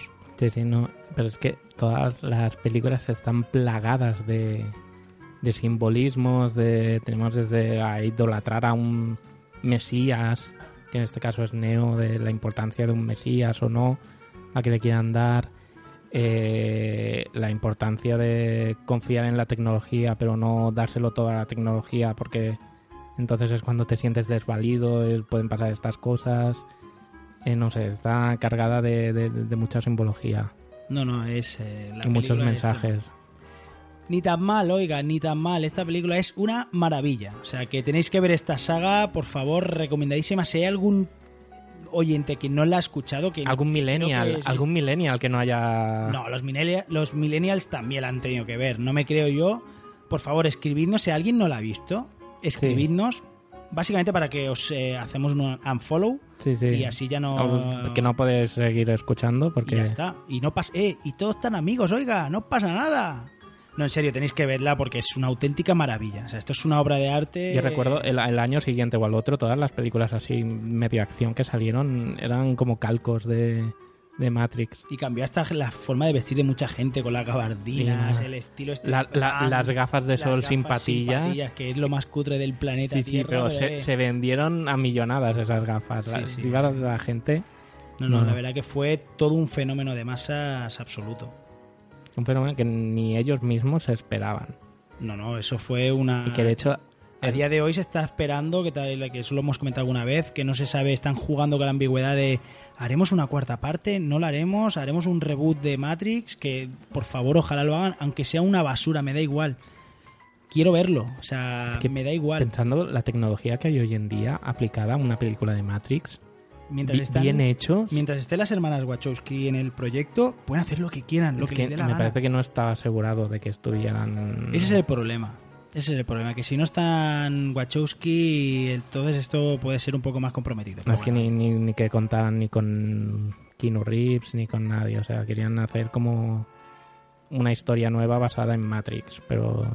S5: Sí, sí, no. Pero es que todas las películas están plagadas de, de simbolismos, de tenemos desde a idolatrar a un mesías, que en este caso es Neo, de la importancia de un mesías o no, a que le quieran dar, eh, la importancia de confiar en la tecnología, pero no dárselo todo a la tecnología, porque entonces es cuando te sientes desvalido, es, pueden pasar estas cosas. Eh, no sé, está cargada de, de, de mucha simbología.
S4: No, no, es... Eh, la
S5: y muchos mensajes.
S4: Esta. Ni tan mal, oiga, ni tan mal. Esta película es una maravilla. O sea, que tenéis que ver esta saga, por favor, recomendadísima. Si hay algún oyente que no la ha escuchado... que
S5: Algún millennial,
S4: es...
S5: algún millennial que no haya...
S4: No, los, millennial, los millennials también la han tenido que ver. No me creo yo. Por favor, escribidnos. Si alguien no la ha visto, escribidnos... Sí. Básicamente para que os eh, hacemos un unfollow, sí, sí. Y así ya no...
S5: Que no podéis seguir escuchando porque...
S4: Y ya está. Y no pasa... Eh, y todos están amigos, oiga, no pasa nada. No, en serio, tenéis que verla porque es una auténtica maravilla. O sea, esto es una obra de arte...
S5: Yo recuerdo el, el año siguiente o al otro, todas las películas así medio acción que salieron eran como calcos de... de Matrix.
S4: Y cambió hasta la forma de vestir de mucha gente con las gabardinas, sí, el estilo este
S5: la, la, las gafas de sol sin patillas. sin patillas,
S4: que es lo más cutre del planeta
S5: sí,
S4: Tierra.
S5: Sí, pero, pero se, se vendieron a millonadas esas gafas. Sí, la, sí. La, la gente...
S4: No, no, no, la verdad que fue todo un fenómeno de masas absoluto.
S5: Un fenómeno que ni ellos mismos se esperaban.
S4: No, no, eso fue una...
S5: Y que de hecho...
S4: A día de hoy se está esperando, que, que eso lo hemos comentado alguna vez, que no se sabe, están jugando con la ambigüedad de ¿haremos una cuarta parte? ¿No la haremos? ¿Haremos un reboot de Matrix? Que por favor ojalá lo hagan, aunque sea una basura, me da igual. Quiero verlo, o sea, que me da igual.
S5: Pensando la tecnología que hay hoy en día aplicada a una película de Matrix,
S4: mientras están,
S5: bien hechos.
S4: Mientras estén las hermanas Wachowski en el proyecto, pueden hacer lo que quieran, lo
S5: es
S4: que,
S5: que
S4: les dé la
S5: me
S4: gana.
S5: parece que no estaba asegurado de que estuvieran...
S4: Ese es el problema. Ese es el problema, que si no están Wachowski, entonces esto puede ser un poco más comprometido.
S5: No es
S4: bueno.
S5: que ni, ni, ni que contaran ni con Keanu Reeves ni con nadie, o sea, querían hacer como una historia nueva basada en Matrix, pero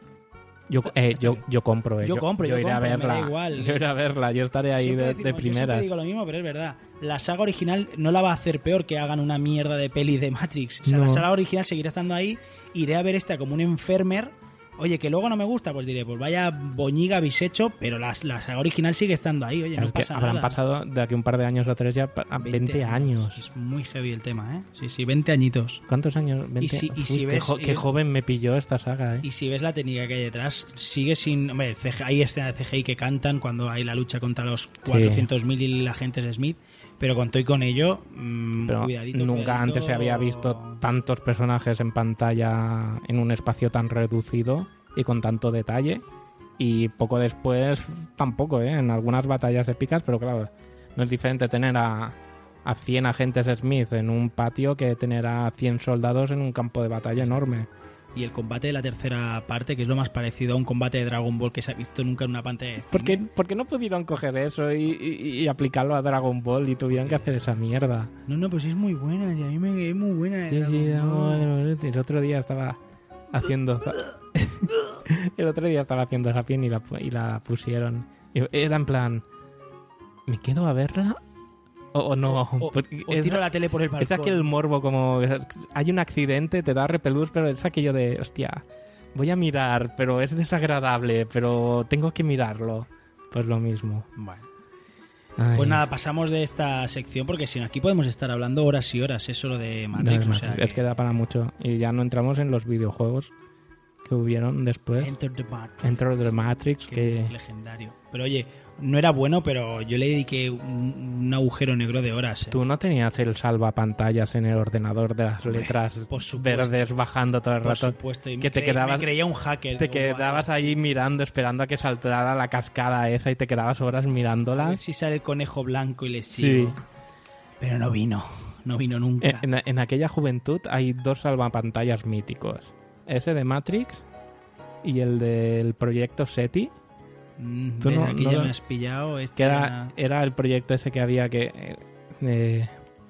S5: yo eh, yo yo compro, eh.
S4: yo, yo compro, yo,
S5: yo iré
S4: compro,
S5: a verla,
S4: me da igual.
S5: Yo iré a verla, yo estaré ahí de,
S4: decimos,
S5: de primeras.
S4: Yo siempre digo lo mismo, pero es verdad. La saga original no la va a hacer peor que hagan una mierda de peli de Matrix. O sea, no. La saga original seguirá estando ahí. Iré a ver esta como un enfermer. Oye, que luego no me gusta, pues diré, pues vaya boñiga habéis hecho, pero la, la saga original sigue estando ahí, oye,
S5: claro,
S4: no pasa
S5: habrán
S4: nada.
S5: pasado de aquí un par de años o tres ya a veinte años.
S4: Es muy heavy el tema, ¿eh? Sí, sí, veinte añitos.
S5: ¿Cuántos años? veinte.
S4: Y si, y
S5: Uy,
S4: si
S5: qué,
S4: ves,
S5: jo qué joven me pilló esta saga, ¿eh?
S4: Y si ves la técnica que hay detrás, sigue sin... Hombre, el C G I, hay escena de C G I que cantan cuando hay la lucha contra los cuatrocientos mil sí. agentes Smith, pero con todo y con ello, mmm,
S5: pero
S4: cuidadito.
S5: Nunca
S4: cuidadito.
S5: Antes se había visto tantos personajes en pantalla en un espacio tan reducido y con tanto detalle, y poco después tampoco, ¿eh? En algunas batallas épicas, pero claro, no es diferente tener a, a cien agentes Smith en un patio que tener a cien soldados en un campo de batalla enorme.
S4: Y el combate de la tercera parte, que es lo más parecido a un combate de Dragon Ball que se ha visto nunca en una pantalla de cine.
S5: ¿Por qué, ¿por qué no pudieron coger eso y, y, y aplicarlo a Dragon Ball y tuvieron que hacer esa mierda?
S4: No, no, pues es muy buena, y a mí me es muy buena.
S5: Sí, sí, no, el otro día estaba haciendo... el otro día estaba haciendo esa pin y la, y la pusieron. Y era en plan, ¿me quedo a verla? O, o no.
S4: O, o, o tiro la tele por el balcón.
S5: Es aquel morbo como, hay un accidente, te da repelús, pero es aquello de, hostia, voy a mirar, pero es desagradable, pero tengo que mirarlo. Pues lo mismo.
S4: Bueno. Ay. Pues nada, pasamos de esta sección porque si no, aquí podemos estar hablando horas y horas, eso lo de Matrix.
S5: No,
S4: o sea
S5: es
S4: que...
S5: que da para mucho. Y ya no entramos en los videojuegos que hubieron después.
S4: Enter the Matrix.
S5: Enter the Matrix.
S4: Que
S5: que...
S4: es legendario. Pero oye, no era bueno, pero yo le dediqué un, un agujero negro de horas. ¿eh?
S5: ¿Tú no tenías el salvapantallas en el ordenador de las letras verdes bajando todo el
S4: por
S5: rato?
S4: Por supuesto. Y
S5: que
S4: me,
S5: te
S4: cre
S5: quedabas,
S4: me creía un hacker.
S5: Te quedabas wow. ahí mirando, esperando a que saltara la cascada esa y te quedabas horas mirándola.
S4: A ver si sale el conejo blanco y le sigo. Sí. Pero no vino. No vino nunca.
S5: En, en, en aquella juventud hay dos salvapantallas míticos. Ese de Matrix y el del proyecto SETI.
S4: Mm, ¿Tú no, aquí no, ya me has pillado. Este
S5: que era, era el proyecto ese que había que... Eh,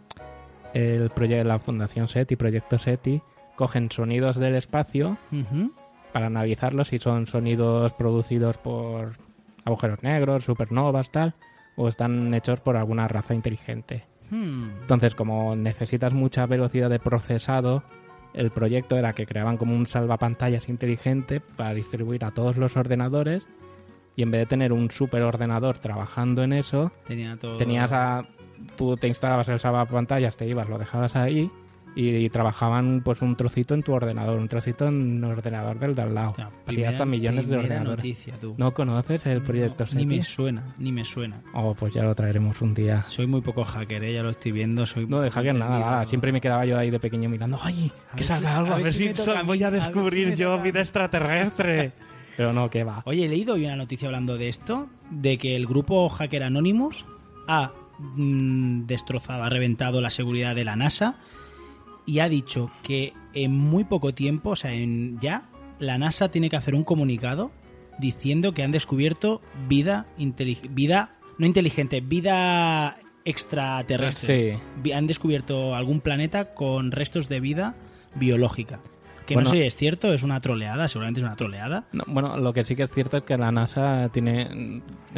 S5: el proyecto, la Fundación SETI, Proyecto SETI, cogen sonidos del espacio
S4: uh-huh.
S5: para analizarlos si son sonidos producidos por agujeros negros, supernovas, tal, o están hechos por alguna raza inteligente.
S4: Hmm.
S5: Entonces, como necesitas mucha velocidad de procesado, el proyecto era que creaban como un salvapantallas inteligente para distribuir a todos los ordenadores, y en vez de tener un superordenador trabajando en eso,
S4: Tenía todo...
S5: tenías a... tú te instalabas el salvapantallas, te ibas, lo dejabas ahí y, y trabajaban pues un trocito en tu ordenador, un trocito en el ordenador del de al lado.
S4: O sea,
S5: Así
S4: primera-
S5: hasta millones de
S4: primera
S5: ordenadores.
S4: noticia, tú.
S5: ¿No conoces el proyecto
S4: No, ni
S5: SETI?
S4: me suena, ni me suena.
S5: Oh, pues ya lo traeremos un día.
S4: Soy muy poco hacker, ¿eh? Ya lo estoy viendo. Soy
S5: No, de hacker nada,
S4: entendido.
S5: nada. Siempre me quedaba yo ahí de pequeño mirando, ¡ay!
S4: A
S5: Que
S4: ver
S5: salga
S4: si-
S5: algo,
S4: a ver si me toca a mí,
S5: voy a
S4: a ver si
S5: descubrir
S4: me
S5: yo
S4: toca a
S5: vida
S4: mí.
S5: extraterrestre. Pero no, que va.
S4: Oye, he leído hoy una noticia hablando de esto, de que el grupo Hacker Anonymous ha mm, destrozado, ha reventado la seguridad de la NASA y ha dicho que en muy poco tiempo, o sea, en ya, la NASA tiene que hacer un comunicado diciendo que han descubierto vida, intelig- vida no inteligente, vida extraterrestre.
S5: Sí.
S4: Vi- Han descubierto algún planeta con restos de vida biológica. Que
S5: Bueno.
S4: no sé si es cierto, es una troleada, seguramente es una troleada.
S5: No, bueno, lo que sí que es cierto es que la NASA tiene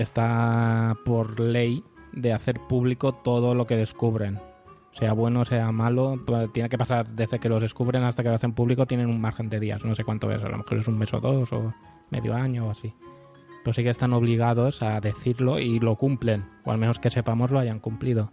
S5: está por ley de hacer público todo lo que descubren. Sea bueno, sea malo, pues tiene que pasar desde que los descubren hasta que lo hacen público, tienen un margen de días, no sé cuánto es, a lo mejor es un mes o dos o medio año o así. Pero sí que están obligados a decirlo y lo cumplen, o al menos que sepamos lo hayan cumplido.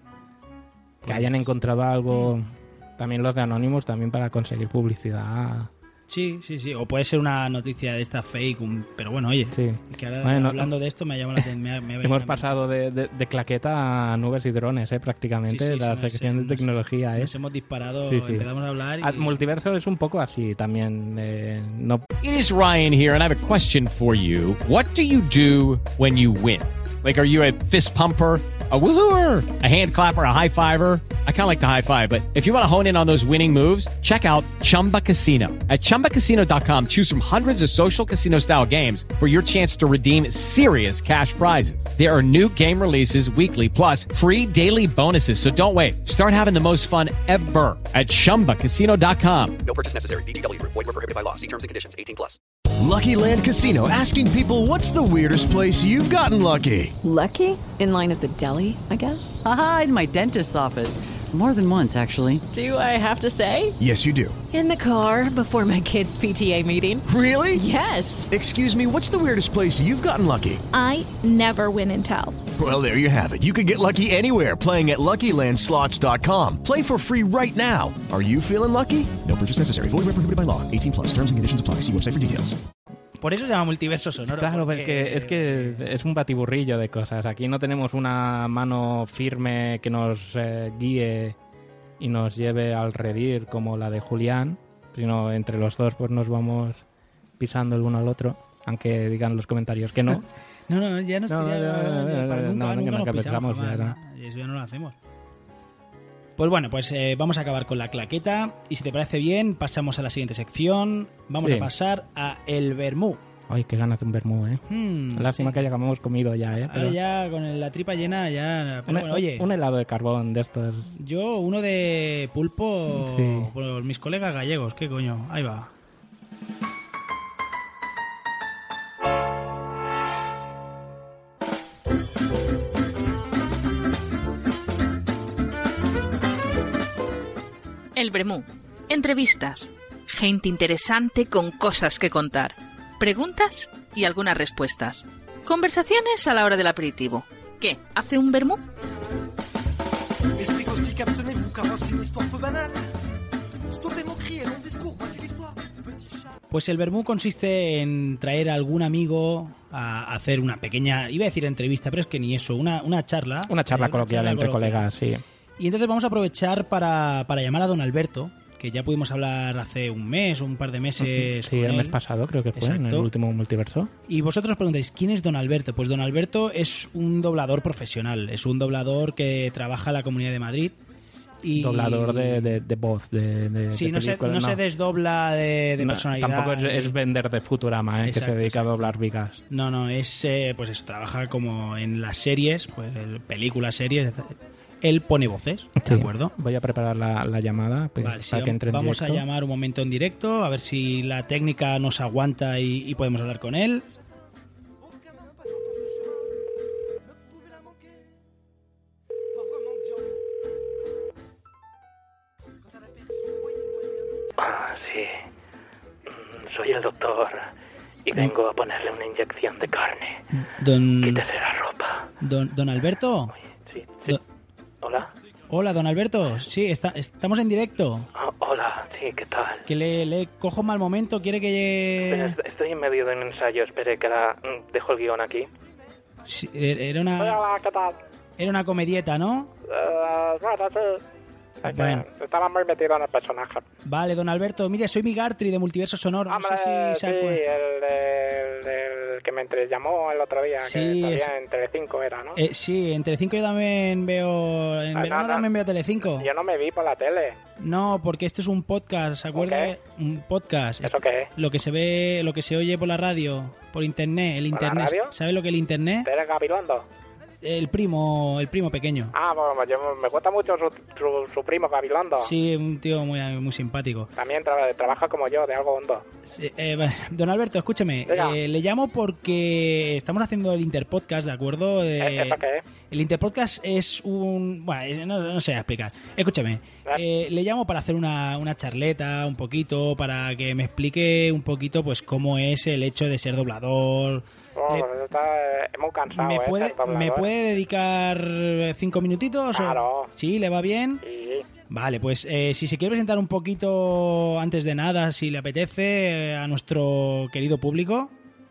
S5: Que
S4: Pues-
S5: hayan encontrado algo, también los de Anonymous, también para conseguir publicidad.
S4: Sí, sí, sí. O puede ser una noticia de esta fake, un- pero bueno, oye,
S5: Sí.
S4: que ahora
S5: Bueno,
S4: hablando de esto me ha llamado la atención. me ha- me ha venido a
S5: Hemos
S4: mí.
S5: pasado de, de- de claqueta a nubes y drones, ¿eh? Prácticamente,
S4: Sí, sí,
S5: la
S4: sí,
S5: sección
S4: nos-
S5: de tecnología, ¿eh?
S4: Nos hemos disparado,
S5: Sí, sí.
S4: empezamos a hablar y...
S5: Al multiverso es un poco así también. Eh, no
S7: It is Ryan here, and I have a question for you. What do you do when you win? Like, are you a fist pumper, a woohooer, a hand clapper, a high fiver? I kind of like the high five, but if you want to hone in on those winning moves, check out Chumba Casino. At chumba casino dot com, choose from hundreds of social casino style games for your chance to redeem serious cash prizes. There are new game releases weekly, plus free daily bonuses. So don't wait. Start having the most fun ever at chumba casino dot com.
S8: No purchase necessary. V G W Group. Void where prohibited by law. See terms and conditions. eighteen plus.
S9: Lucky Land Casino, asking people, what's the weirdest place you've gotten lucky?
S10: Lucky? In line at the deli, I guess?
S11: Aha, in my dentist's office. More than once, actually.
S10: Do I have to say?
S9: Yes, you do.
S10: In the car before my kids' P T A meeting.
S9: Really?
S10: Yes.
S9: Excuse me, what's the weirdest place you've gotten lucky?
S12: I never win and tell.
S9: Well, there you have it. You can get lucky anywhere, playing at Lucky Land Slots dot com. Play for free right now. Are you feeling lucky? No purchase necessary. Void where prohibited by law. eighteen plus. Terms and conditions apply. See website for details.
S4: Por eso se llama multiverso sonoro.
S5: Claro, porque es que es un batiburrillo de cosas. Aquí no tenemos una mano firme que nos eh, guíe y nos lleve al redir como la de Julián, sino entre los dos pues nos vamos pisando el uno al otro, aunque digan los comentarios que no.
S4: No, no, ya nos
S5: No,
S4: ya-
S5: no, no, no,
S4: para
S5: no,
S4: nunca,
S5: no,
S4: nunca
S5: que
S4: nos
S5: no, que
S4: pisamos,
S5: pensamos,
S4: jamás,
S5: ya,
S4: ¿no? Eso ya no lo hacemos. Pues bueno, pues eh, vamos a acabar con la claqueta y si te parece bien, pasamos a la siguiente sección. Vamos
S5: Sí.
S4: a pasar a el vermú.
S5: Ay, qué ganas de un vermú, ¿eh?
S4: Hmm,
S5: Lástima que hayamos comido ya, ¿eh?
S4: Ahora
S5: Pero
S4: ya con la tripa llena, ya... Pero
S5: un,
S4: bueno, oye,
S5: un helado de carbón de estos.
S4: yo uno de pulpo
S5: Sí.
S4: por mis colegas gallegos. ¿Qué coño? Ahí va.
S6: El Bremú. Entrevistas. Gente interesante con cosas que contar. Preguntas y algunas respuestas. Conversaciones a la hora del aperitivo. ¿Qué? ¿Hace un vermú?
S13: Esprit caustique, abstenez-vous, car voici une histoire peu banale. Stoppez mon cri et long discours, voici l'histoire du petit chat.
S4: Pues el vermú consiste en traer a algún amigo a hacer una pequeña, iba a decir entrevista, pero es que ni eso, una, una charla.
S5: Una charla
S4: eh,
S5: coloquial
S4: charla
S5: entre
S4: coloquial.
S5: colegas, sí.
S4: Y entonces vamos a aprovechar para, para llamar a don Alberto, que ya pudimos hablar hace un mes o un par de meses.
S5: Sí,
S4: con
S5: el
S4: él.
S5: mes pasado creo que fue, en el
S4: Exacto.
S5: último multiverso.
S4: Y vosotros preguntáis, ¿quién es don Alberto? Pues don Alberto es un doblador profesional, es un doblador que trabaja en la Comunidad de Madrid. Y...
S5: Doblador de, de, de voz, de, de
S4: Sí,
S5: de
S4: no, se,
S5: película,
S4: no se desdobla de, de
S5: No,
S4: personalidad.
S5: tampoco es, es vender de Futurama, ¿eh?
S4: Exacto,
S5: que se dedica
S4: exacto.
S5: a doblar vigas.
S4: No, no, es eh, pues eso, trabaja como en las series, pues el- películas, series, él pone voces, ¿de
S5: Sí.
S4: acuerdo?
S5: Voy a preparar la, la llamada pues,
S4: Vale, sí,
S5: para que entre en
S4: vamos a
S5: directo.
S4: llamar un momento en directo, a ver si la técnica nos aguanta y, y podemos hablar con él.
S14: soy el doctor y vengo a ponerle una inyección de carne.
S4: Don...
S14: Quítese la ropa.
S4: Don, don Alberto.
S14: Sí, sí.
S4: Do...
S14: Hola.
S4: Hola, don Alberto. Sí, está, estamos en directo.
S14: Oh, hola, sí, ¿qué tal?
S4: Que le, le cojo mal momento, quiere que llegue...
S14: Espera, estoy en medio de un ensayo, espere que la... dejo el guión aquí.
S4: Sí, era una...
S15: Hola, ¿qué tal?
S4: Era una comedieta, ¿no?
S15: Uh, bueno, sí. Es
S4: Bueno.
S15: que estaba muy metido en el personaje.
S4: Vale, don Alberto, mire, soy Migartri de Multiverso Sonoro. No
S15: Hombre,
S4: sé si
S15: sí,
S4: se fue.
S15: el, el, el que me entre- llamó el otro día,
S4: Sí,
S15: que
S4: es-
S15: salía en Telecinco era, ¿no?
S4: Eh, sí, en Telecinco yo también veo... En
S15: Ah,
S4: verano
S15: no, no.
S4: también veo Telecinco.
S15: Yo no me vi por la tele.
S4: No, porque esto es un podcast, ¿se acuerda?
S15: ¿Un
S4: Un podcast.
S15: ¿Eso qué es?
S4: Lo que se ve, lo que se oye por la radio, por internet, el
S15: ¿Por la
S4: internet.
S15: radio?
S4: ¿Sabe lo que es el internet?
S15: ¿Eres Gabilondo?
S4: El primo, el primo pequeño.
S15: Ah, bueno, yo, me gusta mucho su, su, su primo Gabilondo.
S4: Sí, un tío muy, muy simpático.
S15: También tra- trabaja como yo, de algo hondo.
S4: Sí, eh, va- don Alberto, escúcheme.
S15: Diga.
S4: eh, le llamo porque estamos haciendo el Interpodcast, ¿de acuerdo? De-
S15: ¿Eh, ¿Eso qué es?
S4: El Interpodcast es un... Bueno, es- no, no sé explicar. Escúchame, eh, le llamo para hacer una, una charleta un poquito, para que me explique un poquito pues cómo es el hecho de ser doblador.
S15: Oh,
S4: Le-
S15: pues está eh, muy cansado,
S4: ¿Me
S15: ¿eh?
S4: puede,
S15: ser doblador.
S4: ¿Me puede dedicar eh, cinco minutitos? o-
S15: Claro.
S4: ¿Sí? ¿Le va bien?
S15: Sí.
S4: Vale, pues eh, si se quiere presentar un poquito antes de nada, si le apetece, eh, a nuestro querido público.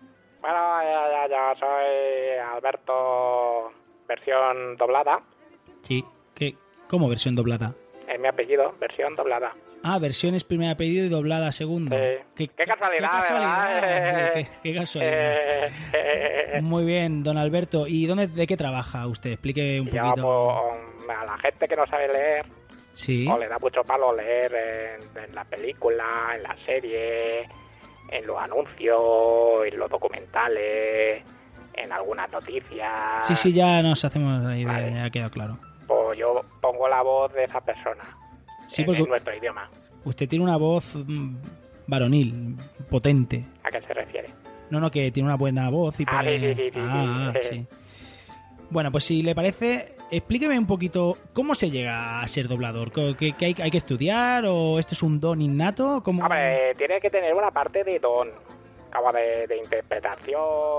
S15: Bueno, ya, ya, ya, soy Alberto, versión doblada.
S4: Sí, ¿qué? ¿Cómo versión doblada?
S15: Es mi apellido, versión doblada.
S4: Ah, versiones primer apellido y doblada segundo.
S15: Sí.
S4: ¿Qué,
S15: Qué casualidad,
S4: qué casualidad,
S15: ¿verdad?
S4: hombre, qué, qué casualidad.
S15: Eh, eh,
S4: Muy bien, don Alberto. ¿Y dónde, de qué trabaja usted? Explique un
S15: yo,
S4: poquito.
S15: pues, a la gente que no sabe leer,
S4: Sí.
S15: o le da mucho palo leer en, en la película, en la serie, en los anuncios, en los documentales, en algunas noticias.
S4: Sí, sí, ya nos hacemos la idea,
S15: Vale.
S4: ya ha quedado claro.
S15: Pues yo pongo la voz de esa persona
S4: Sí,
S15: en,
S4: porque
S15: en nuestro idioma.
S4: usted tiene una voz mm, varonil, potente.
S15: ¿A qué se refiere?
S4: No, no, que tiene una buena voz y
S15: Ah,
S4: puede-
S15: sí, sí, sí, sí,
S4: Ah,
S15: sí.
S4: sí. Bueno, pues si le parece, explíqueme un poquito cómo se llega a ser doblador. ¿Qué, qué hay, hay que estudiar o esto es un don innato? ¿Cómo?
S15: Hombre, tiene que tener una parte de don, como de, de interpretación,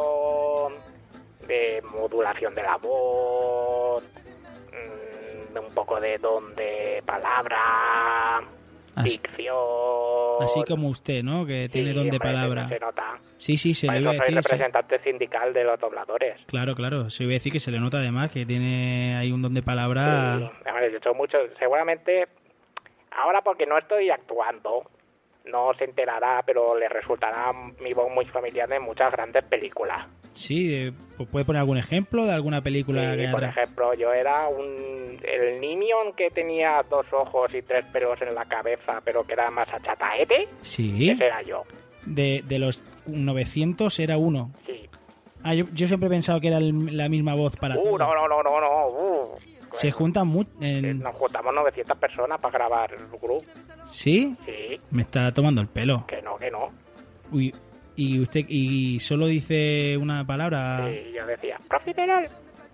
S15: de modulación de la voz, mm, de un poco de don de palabra,
S4: Así,
S15: dicción.
S4: así como usted, ¿no? Que tiene
S15: Sí,
S4: don de
S15: hombre,
S4: palabra.
S15: Se nota.
S4: Sí, sí, se
S15: Por
S4: le
S15: eso
S4: voy a
S15: soy
S4: decir. se-
S15: representante sindical de los dobladores.
S4: Claro, claro. Se voy a decir que se le nota además que tiene ahí un don de palabra.
S15: Sí, hombre, yo he hecho mucho, seguramente, ahora porque no estoy actuando, no se enterará, pero le resultará mi voz muy familiar en muchas grandes películas.
S4: Sí, eh, pues ¿puede poner algún ejemplo de alguna película
S15: Sí,
S4: que haya
S15: por
S4: tra-
S15: ejemplo, yo era un el niño que tenía dos ojos y tres pelos en la cabeza, pero que era más achataete.
S4: Sí.
S15: Ese era yo.
S4: De, de los novecientos era uno.
S15: Sí.
S4: Ah, yo, yo siempre he pensado que era el- la misma voz para
S15: Uh,
S4: todos.
S15: no, no, no, no, no. Uh.
S4: Se juntan mucho.
S15: Nos juntamos novecientas personas para grabar el grupo.
S4: ¿Sí?
S15: Sí.
S4: Me está tomando el pelo.
S15: Que no, que no.
S4: Uy, y usted y solo dice una palabra
S15: Y yo decía, profiterol.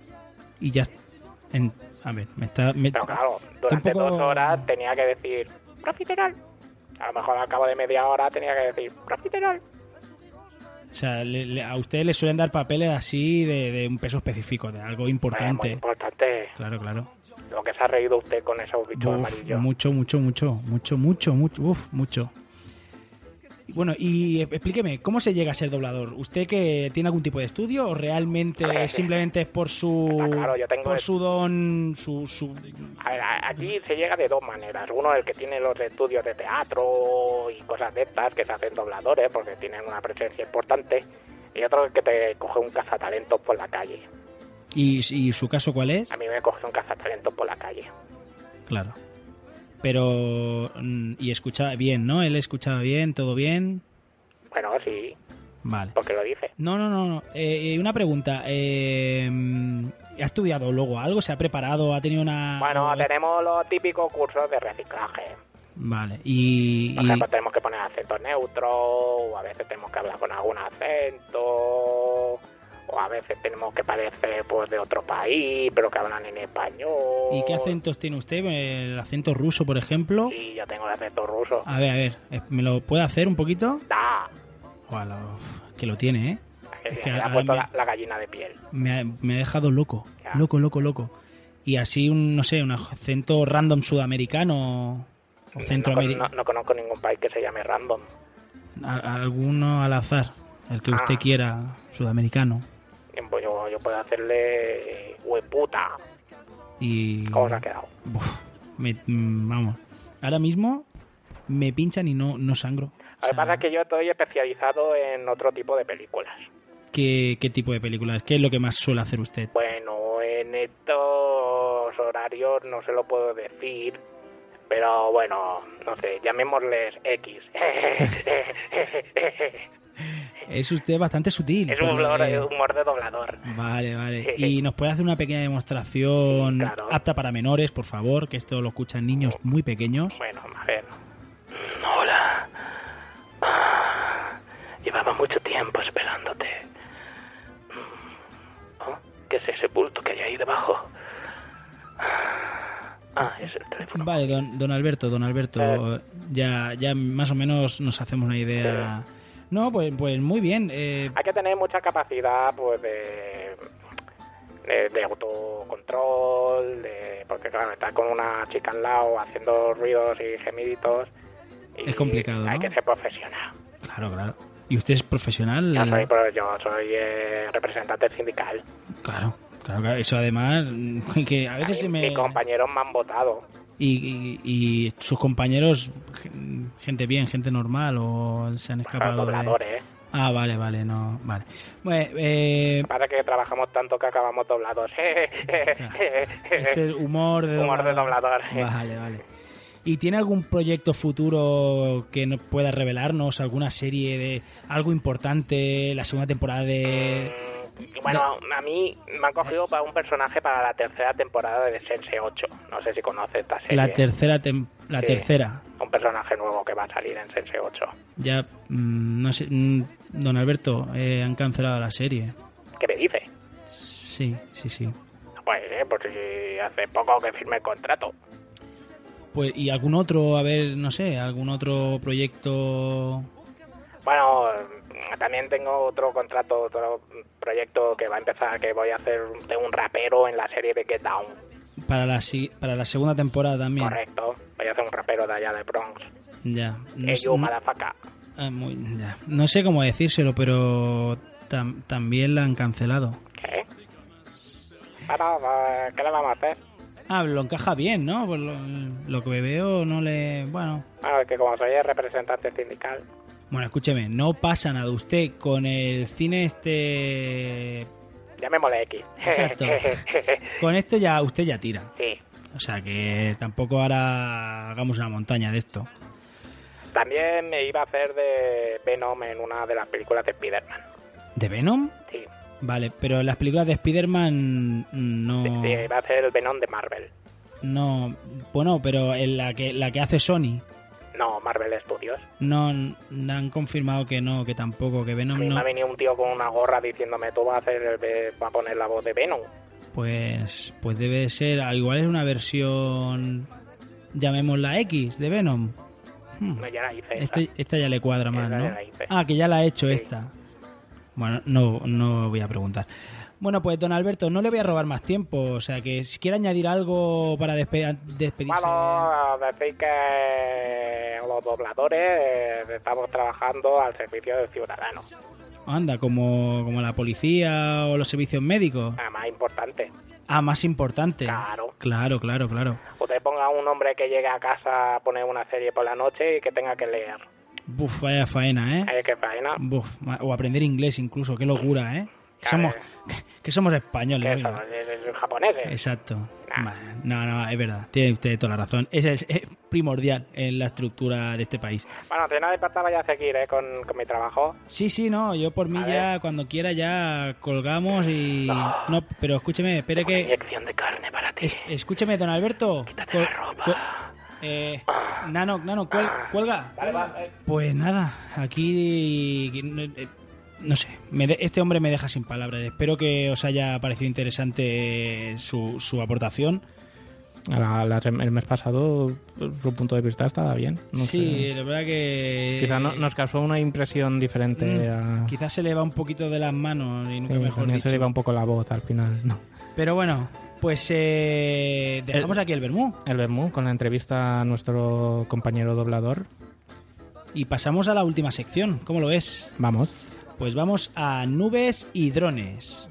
S4: y ya. En, a ver, me está. Me,
S15: Pero claro,
S4: estoy
S15: durante
S4: un poco-
S15: dos horas tenía que decir profiterol. A lo mejor al cabo de media hora tenía que decir profiterol.
S4: O sea, le- le- a usted le suelen dar papeles así de, de un peso específico, de algo
S15: Eh,
S4: importante.
S15: muy importante.
S4: Claro, claro.
S15: Lo que se ha reído usted con esos bichos
S4: Uf,
S15: amarillos.
S4: mucho, mucho, mucho, mucho, mucho, mucho, uf, mucho. Bueno, y eh, explíqueme, ¿cómo se llega a ser doblador? ¿Usted que tiene algún tipo de estudio o realmente
S15: A ver,
S4: simplemente es por su
S15: Está claro, yo tengo
S4: por
S15: el-
S4: su don, su, su...
S15: A ver, a- aquí se llega de dos maneras. Uno, el que tiene los estudios de teatro y cosas de estas, que se hacen dobladores porque tienen una presencia importante. Y otro, el que te coge un cazatalentos por la calle.
S4: ¿Y, y su caso cuál es?
S15: A mí me coge un cazatalentos por la calle.
S4: Claro. Pero... mm, y escuchaba bien, ¿no? Él escuchaba bien, todo bien.
S15: Bueno, sí,
S4: Vale.
S15: porque lo dice.
S4: No, no, no, no. Eh, eh, una pregunta. Eh, ¿Ha estudiado luego algo? ¿Se ha preparado? ¿Ha tenido una...?
S15: Bueno,
S4: o-
S15: tenemos los típicos cursos de reciclaje.
S4: Vale. Y...
S15: Por
S4: y-
S15: ejemplo, tenemos que poner acento neutro, o a veces tenemos que hablar con algún acento, o a veces tenemos que parecer pues de otro país, pero que hablan en español.
S4: ¿Y qué acentos tiene usted? ¿El acento ruso, por ejemplo?
S15: Sí, yo tengo el acento ruso.
S4: A ver, a ver. eh, ¿Me lo puede hacer un poquito?
S15: Da,
S4: Ojalá, que lo tiene, ¿eh?
S15: Que,
S4: Es
S15: sí,
S4: que
S15: me ha
S4: ahora
S15: puesto
S4: me-
S15: la, la gallina de piel.
S4: Me ha, me ha dejado loco,
S15: Ya.
S4: loco, loco, loco. Y así, un no sé, un acento random sudamericano o
S15: No,
S4: centroamericano,
S15: no, no conozco ningún país que se llame random.
S4: alguno al azar, el que usted
S15: Ah.
S4: quiera, sudamericano.
S15: Pues yo, yo puedo hacerle hueputa.
S4: Y...
S15: ¿Cómo se ha quedado?
S4: Uf, me- mm, vamos, ahora mismo me pinchan y no, no sangro.
S15: Lo que pasa es que yo estoy especializado en otro tipo de películas.
S4: ¿Qué, ¿Qué tipo de películas? ¿Qué es lo que más suele hacer usted?
S15: Bueno, en estos horarios no se lo puedo decir, pero bueno, no sé, llamémosles X.
S4: Es usted bastante sutil.
S15: Es
S4: por
S15: un
S4: lo
S15: humor,
S4: que-
S15: humor de doblador.
S4: Vale, vale. ¿Y nos puede hacer una pequeña demostración
S15: Claro.
S4: apta para menores, por favor? Que esto lo escuchan niños muy pequeños.
S15: Bueno, a ver.
S14: Hola. Ah, llevaba mucho tiempo esperándote. Oh, ¿qué es ese bulto que hay ahí debajo? Ah, es el teléfono.
S4: Vale, don, don Alberto, don Alberto, ya, ya más o menos nos hacemos una idea. No, pues, pues muy bien. Eh,
S15: Hay que tener mucha capacidad, pues, de, de, de autocontrol, de, porque claro, estar con una chica al lado haciendo ruidos y gemiditos. Y
S4: Es complicado,
S15: Hay
S4: ¿no?
S15: que ser profesional.
S4: claro, claro. ¿Y usted es profesional?
S15: Yo soy, pero yo soy eh, representante sindical.
S4: Claro, claro, claro. Eso además, que a veces se
S15: Mis
S4: me...
S15: compañeros me han votado.
S4: Y, y, y sus compañeros, gen- gente bien, gente normal, o se han escapado de...
S15: Dobladores, ¿eh?
S4: Ah, vale, vale, no, vale. Bueno, eh,
S15: Para que trabajamos tanto que acabamos doblados.
S4: este humor de
S15: Humor de doblador.
S4: Vale, vale. ¿Y tiene algún proyecto futuro que nos pueda revelarnos? ¿Alguna serie de algo importante? ¿La segunda temporada de...?
S15: Y bueno, a mí me han cogido para un personaje para la tercera temporada de Sense ocho. No sé si conoces esta serie.
S4: La tercera, tem- la
S15: Sí.
S4: tercera.
S15: Un personaje nuevo que va a salir en Sense ocho.
S4: Ya, mm, no sé, mm, don Alberto, eh, han cancelado la serie.
S15: ¿Qué me dice?
S4: Sí, sí, sí.
S15: Pues, eh, pues si hace poco que firmé el contrato.
S4: Pues, ¿y algún otro, a ver, no sé, algún otro proyecto?
S15: Bueno, también tengo otro contrato, otro proyecto que va a empezar, que voy a hacer de un rapero en la serie de Get Down.
S4: Para la, si- para la segunda temporada también.
S15: Correcto. Voy a hacer un rapero de allá de Bronx.
S4: Ya. No,
S15: Hey,
S4: sé-
S15: you,
S4: no-
S15: motherfucker.
S4: ah, muy- ya. No sé cómo decírselo, pero tam- también la han cancelado.
S15: ¿Qué? Bueno, pues, ¿qué le vamos a hacer?
S4: Ah, lo encaja bien, ¿no? Por lo, lo que veo no le... Bueno,
S15: Bueno, es que como soy el representante sindical.
S4: bueno, escúcheme, no pasa nada. Usted con el cine este...
S15: Llamémosle X.
S4: Exacto. Con esto ya usted ya tira.
S15: Sí.
S4: O sea que tampoco ahora hagamos una montaña de esto.
S15: También me iba a hacer de Venom en una de las películas de Spider-Man.
S4: ¿De Venom?
S15: Sí.
S4: Vale, pero las películas de Spider-Man no...
S15: Sí, iba a hacer el Venom de Marvel.
S4: No, bueno, pero en la que la que hace Sony
S15: No, Marvel Studios.
S4: no, no han confirmado que no, que tampoco, que
S15: A
S4: Venom
S15: mí
S4: no.
S15: me ha venido un tío con una gorra diciéndome tú vas a hacer el, ve- vas a poner la voz de Venom.
S4: Pues pues debe de ser, al igual es una versión, llamémosla X de Venom. Hmm.
S15: No, ya la hice. esa.
S4: Este- esta ya le cuadra más,
S15: Esa
S4: ¿no?
S15: ya la hice.
S4: Ah, que ya la ha hecho esta. Bueno, no, no voy a preguntar. Bueno, pues don Alberto, no le voy a robar más tiempo, o sea que si quiere añadir algo para despe- despedirse.
S15: Bueno, decir que los dobladores eh, estamos trabajando al servicio del ciudadano.
S4: Anda, como, como la policía o los servicios médicos.
S15: Nada más importante.
S4: Ah, más importante.
S15: Claro.
S4: Claro, claro, claro.
S15: Usted ponga a un hombre que llegue a casa a poner una serie por la noche y que tenga que leer.
S4: Buf, vaya faena, ¿eh?
S15: Ay, qué faena.
S4: Buf, ma- o aprender inglés incluso, qué locura, ¿eh? Que
S15: Claro.
S4: somos, que somos españoles.
S15: ¿Qué
S4: oiga.
S15: son? ¿Es- es japoneses?
S4: Exacto. Bah, No, no, es verdad. Tiene usted toda la razón. Ese es, es primordial en la estructura de este país.
S15: Bueno, si no le importa, vaya a seguir ¿eh? con, con mi trabajo.
S4: Sí, sí, no. Yo por mí ya, cuando quiera, ya colgamos y... No, pero escúcheme, espere
S14: Una
S4: que...
S14: inyección de carne para ti.
S4: Es- escúcheme, don Alberto.
S14: Quítate la ropa.
S4: Cu- eh, Nano, Nano, cuel- cuelga.
S15: Vale, vale.
S4: Pues nada, aquí eh, no sé, me de- este hombre me deja sin palabras. Espero que os haya parecido interesante su, su aportación
S5: La, la, el mes pasado su punto de vista estaba bien. No
S4: sí,
S5: sé.
S4: la verdad que...
S5: Quizás no, nos causó una impresión diferente.
S4: Mm,
S5: a...
S4: Quizás se le va un poquito de las manos y nunca
S5: sí,
S4: mejor dicho.
S5: Se le va un poco la voz al final. No.
S4: Pero bueno, pues eh, dejamos el, aquí el vermú.
S5: El vermú con la entrevista a nuestro compañero doblador.
S4: Y pasamos a la última sección. ¿Cómo lo ves?
S5: Vamos.
S4: Pues vamos a nubes y drones.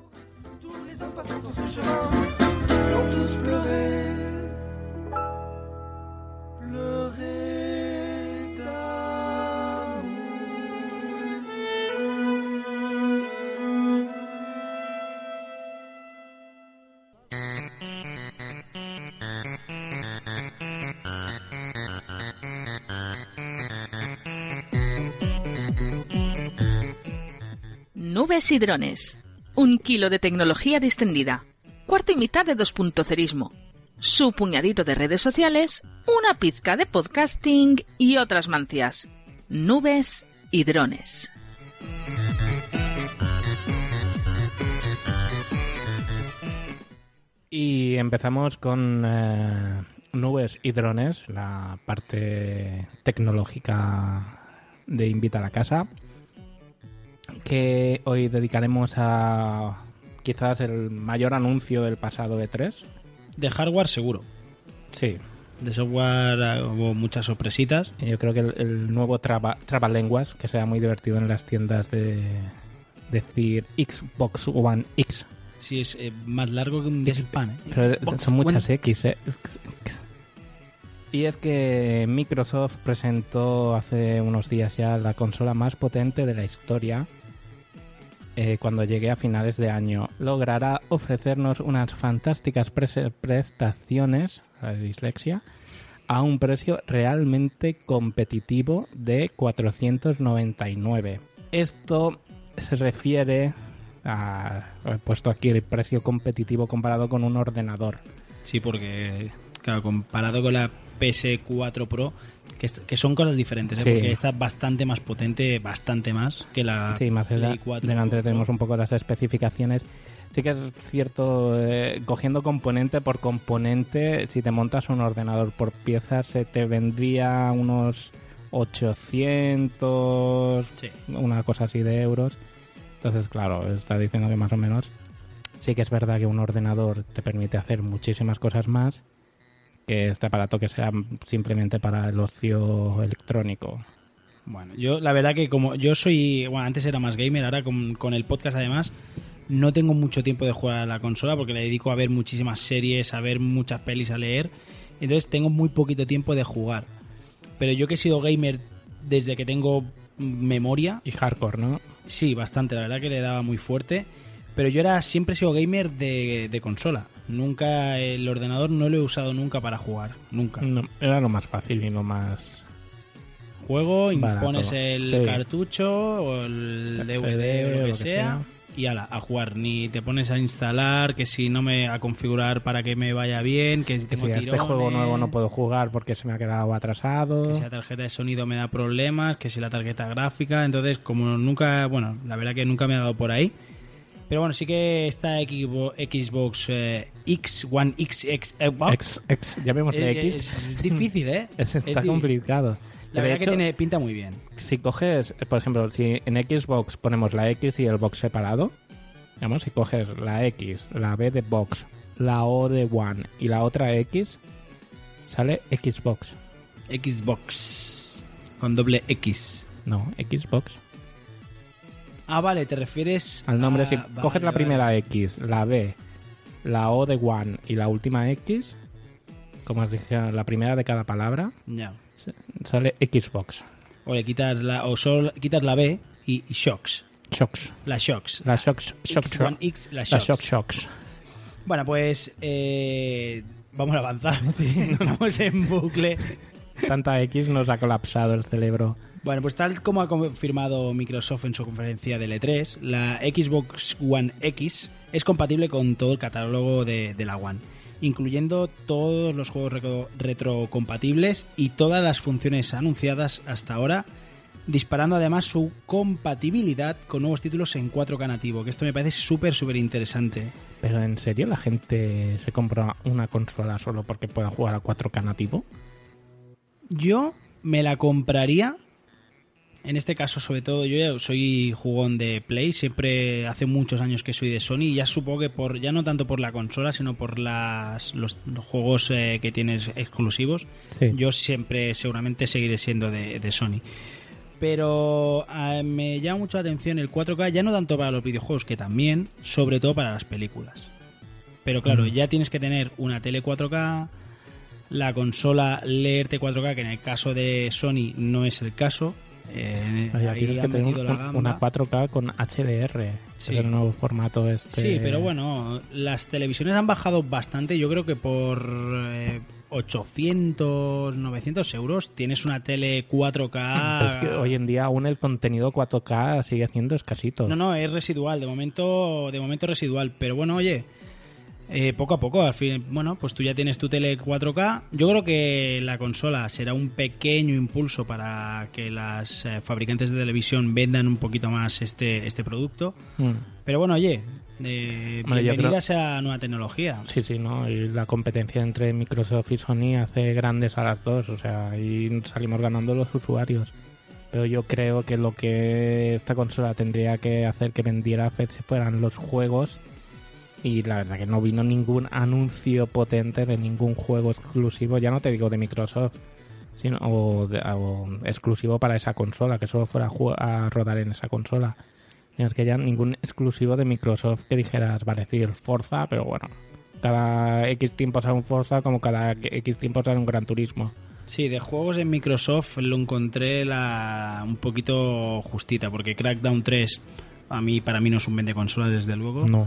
S6: Nubes y drones. Un kilo de tecnología distendida. Cuarto y mitad de dos punto cerismo. Su puñadito de redes sociales, una pizca de podcasting y otras mancias. Nubes y drones.
S5: Y empezamos con eh, nubes y drones, la parte tecnológica de Invita a la Casa, que hoy dedicaremos a quizás el mayor anuncio del pasado E tres.
S4: De hardware seguro.
S5: Sí.
S4: De software hubo muchas sorpresitas.
S5: Yo creo que el, el nuevo traba, trabalenguas, que será muy divertido en las tiendas de decir Xbox One X.
S4: Sí, es eh, más largo que un diazepam, ¿eh?
S5: Pero
S4: Xbox
S5: son muchas
S4: One
S5: X, ¿eh? Y es que Microsoft presentó hace unos días ya la consola más potente de la historia. Eh, cuando llegue a finales de año, logrará ofrecernos unas fantásticas pre- prestaciones, la de dislexia, a un precio realmente competitivo de cuatrocientos noventa y nueve. Esto se refiere a... He puesto aquí el precio competitivo comparado con un ordenador.
S4: Sí, porque, claro, comparado con la P S cuatro Pro, que, est- que son cosas diferentes, ¿eh?
S5: Sí.
S4: Porque esta es bastante más potente, bastante más que la
S5: Sí, más
S4: Play
S5: allá,
S4: cuatro
S5: delante
S4: Pro.
S5: tenemos un poco las especificaciones. Sí que es cierto, eh, cogiendo componente por componente, si te montas un ordenador por piezas, se te vendría unos ochocientos,
S4: sí.
S5: Una cosa así de euros. Entonces, claro, está diciendo que más o menos sí que es verdad que un ordenador te permite hacer muchísimas cosas más que este aparato que sea simplemente para el ocio electrónico.
S4: Bueno, yo la verdad que como yo soy, bueno, antes era más gamer, ahora con, con el podcast además no tengo mucho tiempo de jugar a la consola porque le dedico a ver muchísimas series, a ver muchas pelis, a leer, entonces tengo muy poquito tiempo de jugar. Pero yo que he sido gamer desde que tengo memoria.
S5: Y hardcore, ¿no?
S4: Sí, bastante, la verdad que le daba muy fuerte. Pero yo era siempre he sido gamer de, de consola. Nunca, el ordenador no lo he usado nunca para jugar, nunca.
S5: No, era lo más fácil y lo más...
S4: Juego,
S5: barato.
S4: Pones el
S5: Sí.
S4: cartucho o el D V D o lo que, sea, y ala, a jugar. Ni te pones a instalar, que si no me a configurar para que me vaya bien, que si
S5: Que
S4: tengo
S5: si a
S4: tirones,
S5: este juego nuevo no puedo jugar porque se me ha quedado atrasado.
S4: que si la tarjeta de sonido me da problemas, que si la tarjeta gráfica. Entonces, como nunca, bueno, la verdad que nunca me ha dado por ahí. Pero bueno, sí que esta Xbox, Xbox eh, X, One X, X, Xbox.
S5: X, X, llamémosle
S4: es,
S5: X.
S4: Es, es difícil, ¿eh?
S5: Es, está
S4: es
S5: complicado.
S4: La
S5: De
S4: verdad
S5: hecho,
S4: que tiene pinta muy bien.
S5: Si coges, por ejemplo, si en Xbox ponemos la X y el box separado, digamos, si coges la X, la B de box, la O de One y la otra X, sale Xbox.
S4: Xbox. Con doble X.
S5: No, Xbox.
S4: Ah, vale, te refieres
S5: Al nombre,
S4: a...
S5: si
S4: vale,
S5: coges la
S4: vale.
S5: primera X, la B, la O de One y la última X, como os dije, la primera de cada palabra,
S4: Ya.
S5: sale Xbox.
S4: O le quitas la, o solo quitas la B y, y Shocks.
S5: Shocks.
S4: La Shocks.
S5: La Shocks. Shocks.
S4: X, One X, la
S5: La
S4: Shocks.
S5: Shock Shocks.
S4: Bueno, pues eh, vamos a avanzar. Sí, nos vamos en bucle.
S5: Tanta X nos ha colapsado el cerebro.
S4: Bueno, pues tal como ha confirmado Microsoft en su conferencia del E tres, la Xbox One X es compatible con todo el catálogo de, de la One, incluyendo todos los juegos retro- retrocompatibles y todas las funciones anunciadas hasta ahora disparando además su compatibilidad con nuevos títulos en cuatro K nativo, que esto me parece súper, súper interesante.
S5: Pero ¿en serio la gente se compra una consola solo porque pueda jugar a cuatro K nativo?
S4: Yo me la compraría, en este caso sobre todo, yo soy jugón de Play, siempre hace muchos años que soy de Sony, y ya supongo que por ya no tanto por la consola, sino por las los, los juegos eh, que tienes exclusivos, sí. Yo siempre seguramente seguiré siendo de, de Sony. Pero eh, me llama mucho la atención el cuatro K, ya no tanto para los videojuegos, que también, sobre todo para las películas. Pero claro, mm. ya tienes que tener una tele cuatro K, la consola leerte cuatro K, que en el caso de Sony no es el caso. Eh,
S5: ya tienes que tener un, una cuatro K con H D R, sí. Es el nuevo formato este.
S4: Sí, pero bueno, las televisiones han bajado bastante, yo creo que por eh, ochocientos, novecientos euros tienes una tele cuatro K.
S5: Pero es que hoy en día aún el contenido cuatro K sigue siendo escasito.
S4: No, no, es residual, de momento, de momento residual, pero bueno, oye, Eh, poco a poco, al fin, bueno, pues tú ya tienes tu tele cuatro K. Yo creo que la consola será un pequeño impulso para que las eh, fabricantes de televisión vendan un poquito más este este producto. Mm. Pero bueno, oye, eh,
S5: bueno,
S4: bienvenida
S5: creo...
S4: sea nueva tecnología.
S5: Sí, sí, ¿no? Y la competencia entre Microsoft y Sony hace grandes a las dos, o sea, ahí salimos ganando los usuarios. Pero yo creo que lo que esta consola tendría que hacer que vendiera fueran los juegos. Y la verdad que no vino ningún anuncio potente de ningún juego exclusivo, ya no te digo de Microsoft, sino o, de, o exclusivo para esa consola, que solo fuera a, a rodar en esa consola. Es que ya ningún exclusivo de Microsoft que dijeras, vale, sí, el Forza, pero bueno, cada X tiempo sale un Forza como cada X tiempo sale un Gran Turismo.
S4: Sí, de juegos en Microsoft lo encontré la un poquito justita, porque Crackdown tres a mí para mí no es un vende consolas, desde luego.
S5: No.